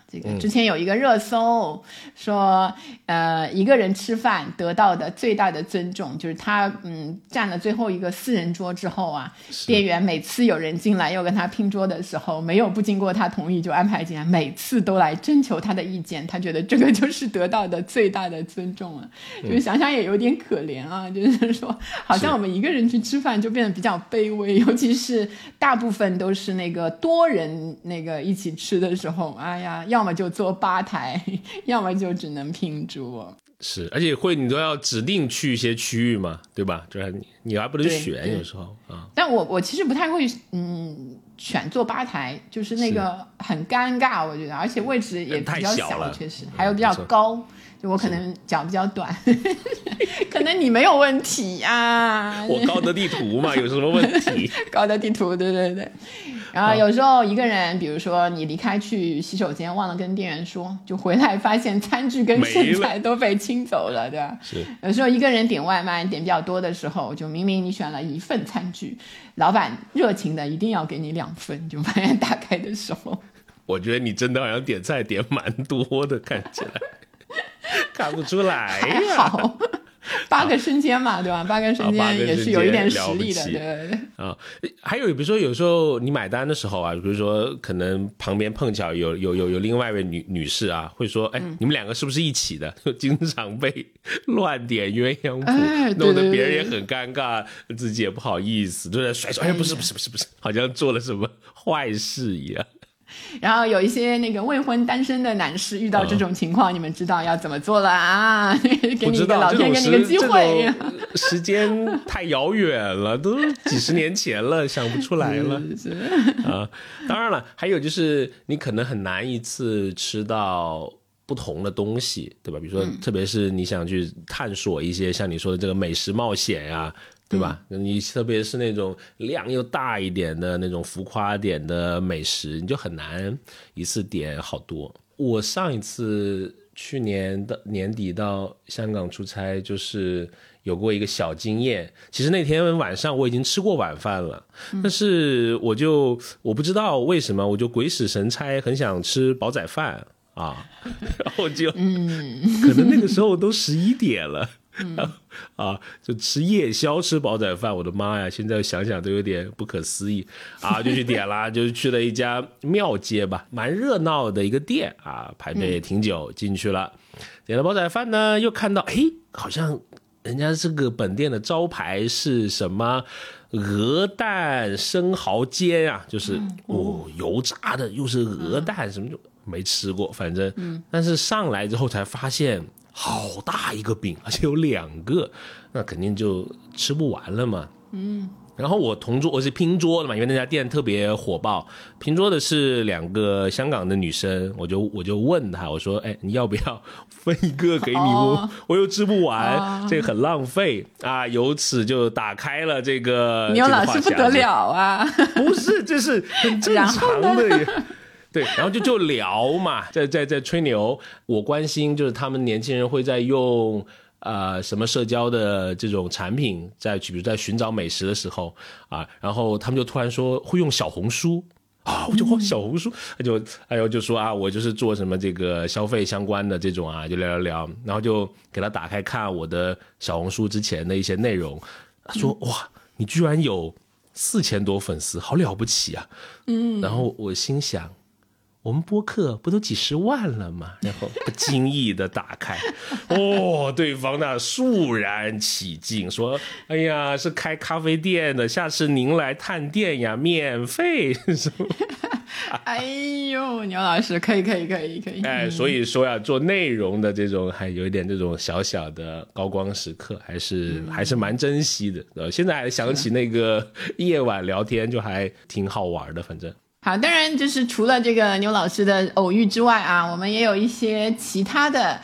[SPEAKER 2] 这个之前有一个热搜说，一个人吃饭得到的最大的尊重，就是他占了最后一个4人桌之后啊，店员每次有人进来要跟他拼桌的时候，没有不经过他同意就安排进来，每次都来征求他的意见，他觉得这个就是得到的最大的尊重了。就是想想也有点可怜啊，就是说好像我们一个人去吃饭就变得比较卑微，尤其是大部分都是那个多人那个一起吃的时候，哎呀，要么就坐吧台，要么就只能拼桌。
[SPEAKER 1] 是，而且你都要指定去一些区域嘛，对吧？就是你还不能选，有时候啊。
[SPEAKER 2] 但我其实不太会选坐吧台，就是那个很尴尬，我觉得，而且位置也比较小，确实，还有比较高。就我可能脚比较短，可能你没有问题啊。
[SPEAKER 1] 我高德地图嘛，有什么问题？
[SPEAKER 2] 高德地图，对对对。然后有时候一个人，比如说你离开去洗手间，忘了跟店员说，就回来发现餐具跟剩菜都被清走了，对吧？
[SPEAKER 1] 是。
[SPEAKER 2] 有时候一个人点外卖点比较多的时候，就明明你选了1份餐具，老板热情的一定要给你2份，就发现打开的时候，
[SPEAKER 1] 我觉得你真的好像点菜点蛮多的，看起来。看不出来呀，
[SPEAKER 2] 还好，8个生煎嘛，对吧？8个生煎也是有一点实力的，对
[SPEAKER 1] 啊。还有比如说，有时候你买单的时候啊，比如说可能旁边碰巧有另外一位女士啊，会说，哎，你们2个是不是一起的？就经常被乱点鸳鸯谱，弄得别人也很尴尬，自己也不好意思，就在甩手，哎，不是，好像做了什么坏事一样。
[SPEAKER 2] 然后有一些那个未婚单身的男士遇到这种情况，你们知道要怎么做了啊？给你一个老天，给你一个机会。
[SPEAKER 1] 时间太遥远了，都几十年前了，想不出来了。啊，当然了，还有就是你可能很难一次吃到不同的东西，对吧？比如说，特别是你想去探索一些像你说的这个美食冒险呀。对吧？你特别是那种量又大一点的那种浮夸点的美食，你就很难一次点好多。我上一次去年的年底到香港出差，就是有过一个小经验。其实那天晚上我已经吃过晚饭了，但是我不知道为什么，我就鬼使神差很想吃煲仔饭啊，然后就可能那个时候都11点了。啊，就吃夜宵吃煲仔饭，我的妈呀！现在想想都有点不可思议啊！就去点啦，就去了一家庙街吧，蛮热闹的一个店啊，排队也挺久，进去了，点了煲仔饭呢，又看到好像人家这个本店的招牌是什么鹅蛋生蚝煎啊，就是油炸的，又是鹅蛋，什么就没吃过，反正但是上来之后才发现。好大一个饼，而且有2个，那肯定就吃不完了嘛。然后我是拼桌的嘛，因为那家店特别火爆，拼桌的是2个香港的女生，我就问她，我说，哎，你要不要分一个给你？我又吃不完，这个很浪费啊。由此就打开了这个。
[SPEAKER 2] 牛老师不得了啊！
[SPEAKER 1] 不是，这是很正常的。对，然后就聊嘛，在吹牛。我关心就是他们年轻人会在用什么社交的这种产品，比如在寻找美食的时候啊，然后他们就突然说会用小红书啊，我就小红书，就说啊，我就是做什么这个消费相关的这种啊，就聊，然后就给他打开看我的小红书之前的一些内容，他说哇，你居然有4000多粉丝，好了不起啊！然后我心想。我们播客不都几10万了吗？然后不经意的打开，对方那肃然起敬，说：“哎呀，是开咖啡店的，下次您来探店呀，免费。”
[SPEAKER 2] 哎呦，牛老师，可以。
[SPEAKER 1] 哎，所以说呀，做内容的这种，还有一点这种小小的高光时刻，还是蛮珍惜的。现在还想起那个夜晚聊天，就还挺好玩的，反正。
[SPEAKER 2] 好，当然就是除了这个牛老师的偶遇之外啊，我们也有一些其他的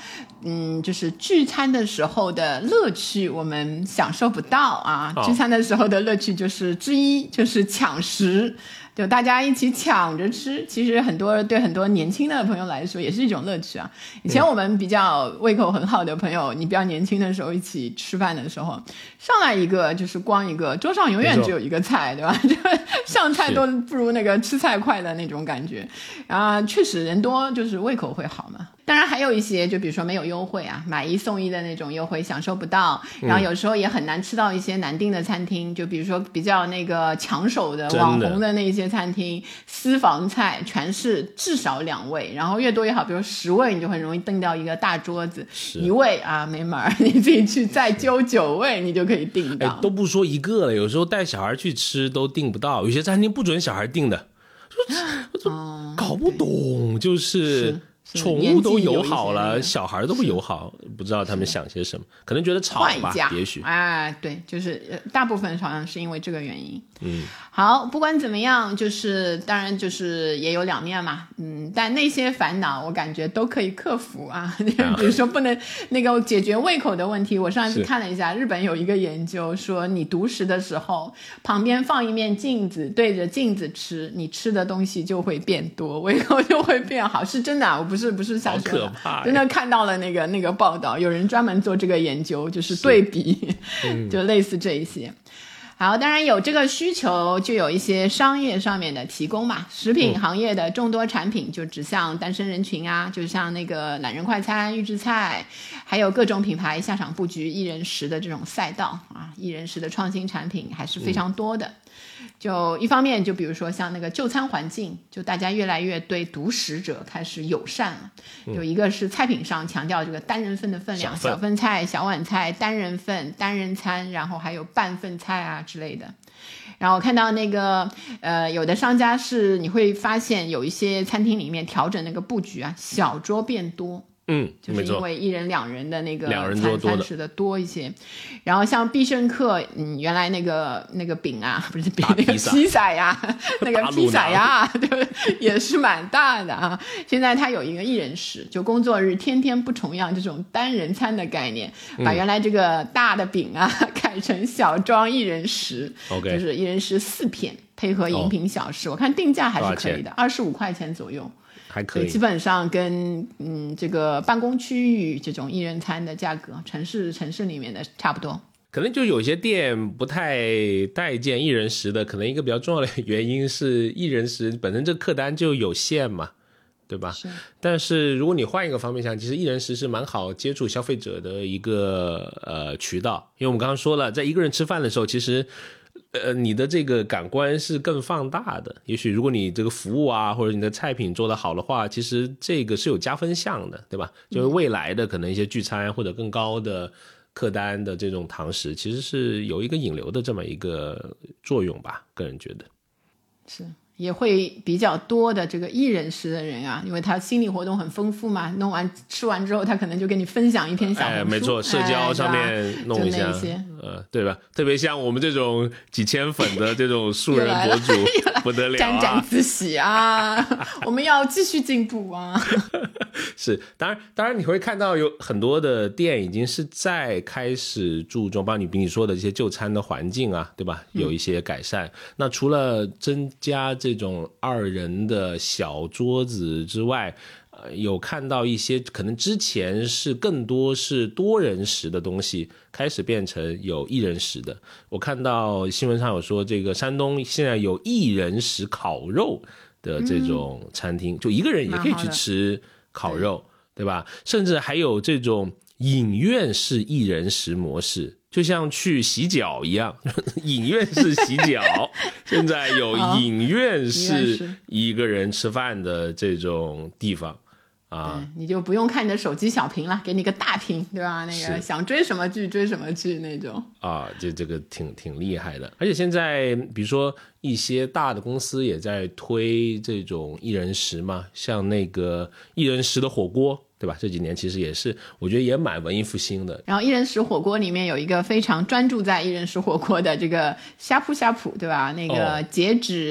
[SPEAKER 2] 就是聚餐的时候的乐趣我们享受不到啊。聚餐的时候的乐趣就是之一就是抢食，就大家一起抢着吃，其实对很多年轻的朋友来说也是一种乐趣啊。以前我们比较胃口很好的朋友，你比较年轻的时候一起吃饭的时候，上来一个就是光一个，桌上永远只有一个菜，对吧？就上菜都不如那个吃菜快的那种感觉。然后确实人多就是胃口会好嘛。当然还有一些就比如说没有优惠啊，买一送一的那种优惠享受不到，然后有时候也很难吃到一些难订的餐厅，就比如说比较那个抢手的网红的那些餐厅，私房菜全是至少2位，然后越多越好，比如10位你就很容易订到一个大桌子，1位啊没门儿，你自己去再揪9位你就可以订到。
[SPEAKER 1] 都不说一个了，有时候带小孩去吃都订不到，有些餐厅不准小孩订的，搞不懂，就是宠物都友好了，小孩都不友好，不知道他们想些什么，可能觉得吵吧，也许。
[SPEAKER 2] 对，就是大部分好像是因为这个原因。好，不管怎么样，就是当然就是也有两面嘛，但那些烦恼我感觉都可以克服啊。比如说不能那个解决胃口的问题，我上一次看了一下，日本有一个研究说，你独食的时候旁边放一面镜子，对着镜子吃，你吃的东西就会变多，胃口就会变好，是真的啊，我不是瞎说的，真的看到了那个报道，有人专门做这个研究，就是对比，就类似这一些。好，当然有这个需求，就有一些商业上面的提供嘛。食品行业的众多产品就指向单身人群啊，就像那个懒人快餐、预制菜，还有各种品牌下场布局一人食的这种赛道啊，一人食的创新产品还是非常多的。就一方面，就比如说像那个就餐环境，就大家越来越对独食者开始友善了。有一个是菜品上强调这个单人份的分量，小份菜、小碗菜、单人份、单人餐，然后还有半份菜啊之类的。然后看到那个有的商家是你会发现有一些餐厅里面调整那个布局啊，小桌变多。就是因为1人2人的那个餐食的多一些，然后像必胜客，原来那个饼啊，不是饼，那个披萨呀，那个披萨呀，对，也是蛮大的啊。现在它有一个1人食，就工作日天天不重样这种单人餐的概念，把原来这个大的饼啊改成小装1人食，就是1人食4片，配合饮品小食，我看定价还是可以的，25块钱左右。
[SPEAKER 1] 还可以，
[SPEAKER 2] 基本上跟这个办公区域这种1人餐的价格，城市里面的差不多。
[SPEAKER 1] 可能就有些店不太待见1人食的，可能一个比较重要的原因是1人食本身这客单就有限嘛，对吧？但是如果你换一个方面想，其实1人食是蛮好接触消费者的一个渠道，因为我们刚刚说了，在一个人吃饭的时候，其实你的这个感官是更放大的，也许如果你这个服务啊，或者你的菜品做得好的话，其实这个是有加分项的，对吧？就是未来的可能一些聚餐或者更高的客单的这种堂食，其实是有一个引流的这么一个作用吧，个人觉得
[SPEAKER 2] 是。也会比较多的这个1人食的人啊，因为他心理活动很丰富嘛，吃完之后他可能就跟你分享一篇小红书，
[SPEAKER 1] 没错，社交上面弄一下，对吧？特别像我们这种几千粉的这种素人博主，不得了啊，
[SPEAKER 2] 沾沾自喜啊，我们要继续进步啊。
[SPEAKER 1] 是，当然你会看到有很多的店已经是在开始注重，包括你说的这些就餐的环境啊，对吧？有一些改善。那除了增加这种2人的小桌子之外，有看到一些可能之前是更多是多人食的东西，开始变成有1人食的。我看到新闻上有说，这个山东现在有1人食烤肉的这种餐厅，就一个人也可以去吃烤肉，对吧？甚至还有这种影院式1人食模式，就像去洗脚一样，影院式洗脚，现在有影院式一个人吃饭的这种地方啊，
[SPEAKER 2] 你就不用看你的手机小屏了，给你个大屏，对吧？那个想追什么剧追什么剧那种
[SPEAKER 1] 啊，这个挺厉害的。而且现在比如说一些大的公司也在推这种1人食嘛，像那个1人食的火锅，对吧？这几年其实也是，我觉得也蛮文艺复兴的。
[SPEAKER 2] 然后1人食火锅里面有一个非常专注在1人食火锅的这个呷哺呷哺，对吧？那个截止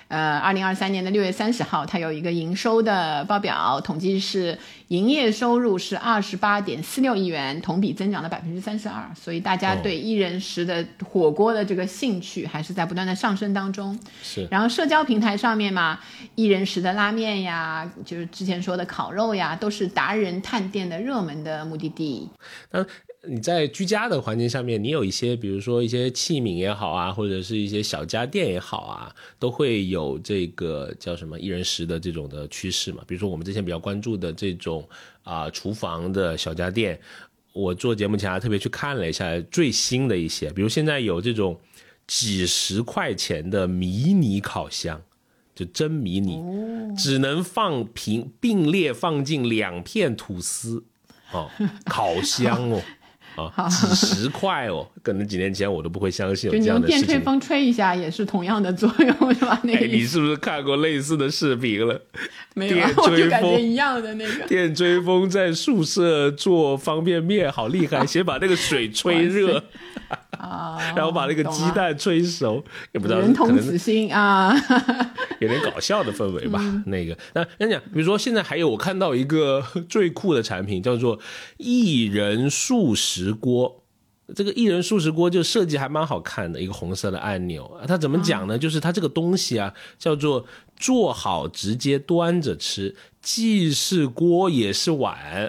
[SPEAKER 2] 2023年的6月30号，它有一个营收的报表，统计是营业收入是28.46亿元，同比增长了32%，所以大家对一人食的火锅的这个兴趣还是在不断的上升当中。
[SPEAKER 1] 是。
[SPEAKER 2] 然后社交平台上面嘛，一人食的拉面呀，就是之前说的烤肉呀，都是达人探店的热门的目的地。
[SPEAKER 1] 那你在居家的环境下面，你有一些比如说一些器厨也好啊，或者是一些小家电也好啊，都会有这个叫什么一人食的这种的趋势嘛。比如说我们之前比较关注的这种厨房的小家电，我做节目前还特别去看了一下最新的一些，比如现在有这种几十块钱的迷你烤箱，就真迷你，只能并列放进2片吐司烤箱几十块可能几年前我都不会相信有这样的事情。
[SPEAKER 2] 就你用电吹风吹一下也是同样的作用，是吧？那个
[SPEAKER 1] 你是不是看过类似的视频了？
[SPEAKER 2] 没有，我就感觉一样的那个。
[SPEAKER 1] 电吹风在宿舍做方便面，好厉害！先把那个水吹热然后把那个鸡蛋吹熟，也不知道
[SPEAKER 2] 人同此心啊，
[SPEAKER 1] 有点搞笑的氛围吧。那个，那跟你讲，比如说现在还有我看到一个最酷的产品，叫做一人素食锅。这个一人素食锅就设计还蛮好看的，一个红色的按钮。它怎么讲呢？就是它这个东西叫做做好直接端着吃，既是锅也是碗。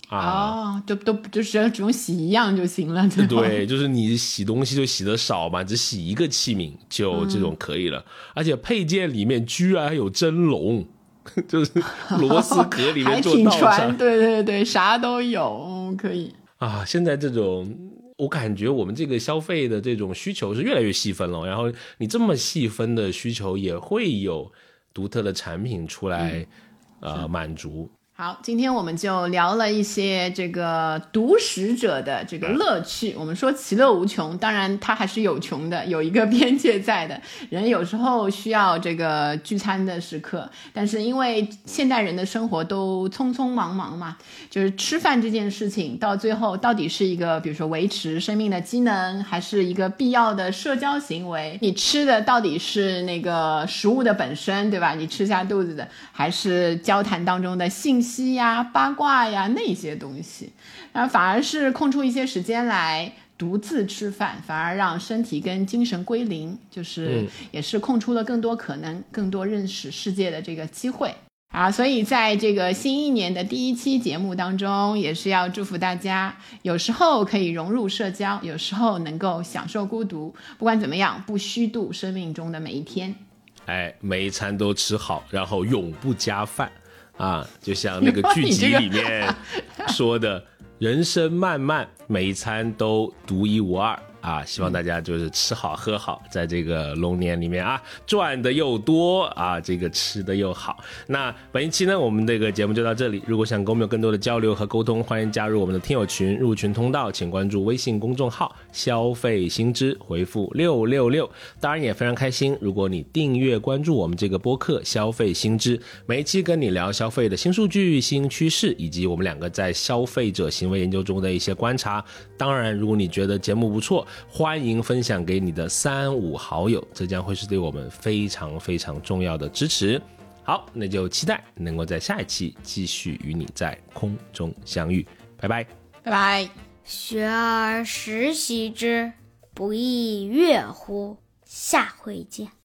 [SPEAKER 2] 就是只用洗一样就行了。
[SPEAKER 1] 对，就是你洗东西就洗得少嘛，只洗一个器皿就这种可以了。而且配件里面居然还有蒸笼，就是螺丝壳里面做道上，
[SPEAKER 2] 还挺传，对，啥都有，可以
[SPEAKER 1] 现在这种我感觉我们这个消费的这种需求是越来越细分了，然后你这么细分的需求也会有独特的产品出来满足。
[SPEAKER 2] 好，今天我们就聊了一些这个独食者的这个乐趣。我们说其乐无穷，当然它还是有穷的，有一个边界在的。人有时候需要这个聚餐的时刻，但是因为现代人的生活都匆匆忙忙嘛，就是吃饭这件事情到最后到底是一个比如说维持生命的机能，还是一个必要的社交行为？你吃的到底是那个食物的本身，对吧？你吃下肚子的，还是交谈当中的信息呀、八卦呀那些东西，然后反而是空出一些时间来独自吃饭，反而让身体跟精神归零，就是也是空出了更多可能，更多认识世界的这个机会所以在这个新一年的第1期节目当中，也是要祝福大家有时候可以融入社交，有时候能够享受孤独，不管怎么样不虚度生命中的每一天，
[SPEAKER 1] 每一餐都吃好，然后永不加饭就像那个剧集里面说的人生漫漫，每一餐都独一无二希望大家就是吃好喝好，在这个龙年里面赚的又多这个吃的又好。那本一期呢，我们这个节目就到这里。如果想跟我们有更多的交流和沟通，欢迎加入我们的听友群，入群通道请关注微信公众号消费新知，回复666。当然也非常开心，如果你订阅关注我们这个播客消费新知，每一期跟你聊消费的新数据、新趋势，以及我们两个在消费者行为研究中的一些观察。当然如果你觉得节目不错，欢迎分享给你的3、5好友，这将会是对我们非常非常重要的支持。好，那就期待能够在下一期继续与你在空中相遇。拜拜，
[SPEAKER 2] 拜拜。
[SPEAKER 3] 学而时习之，不亦说乎？下回见。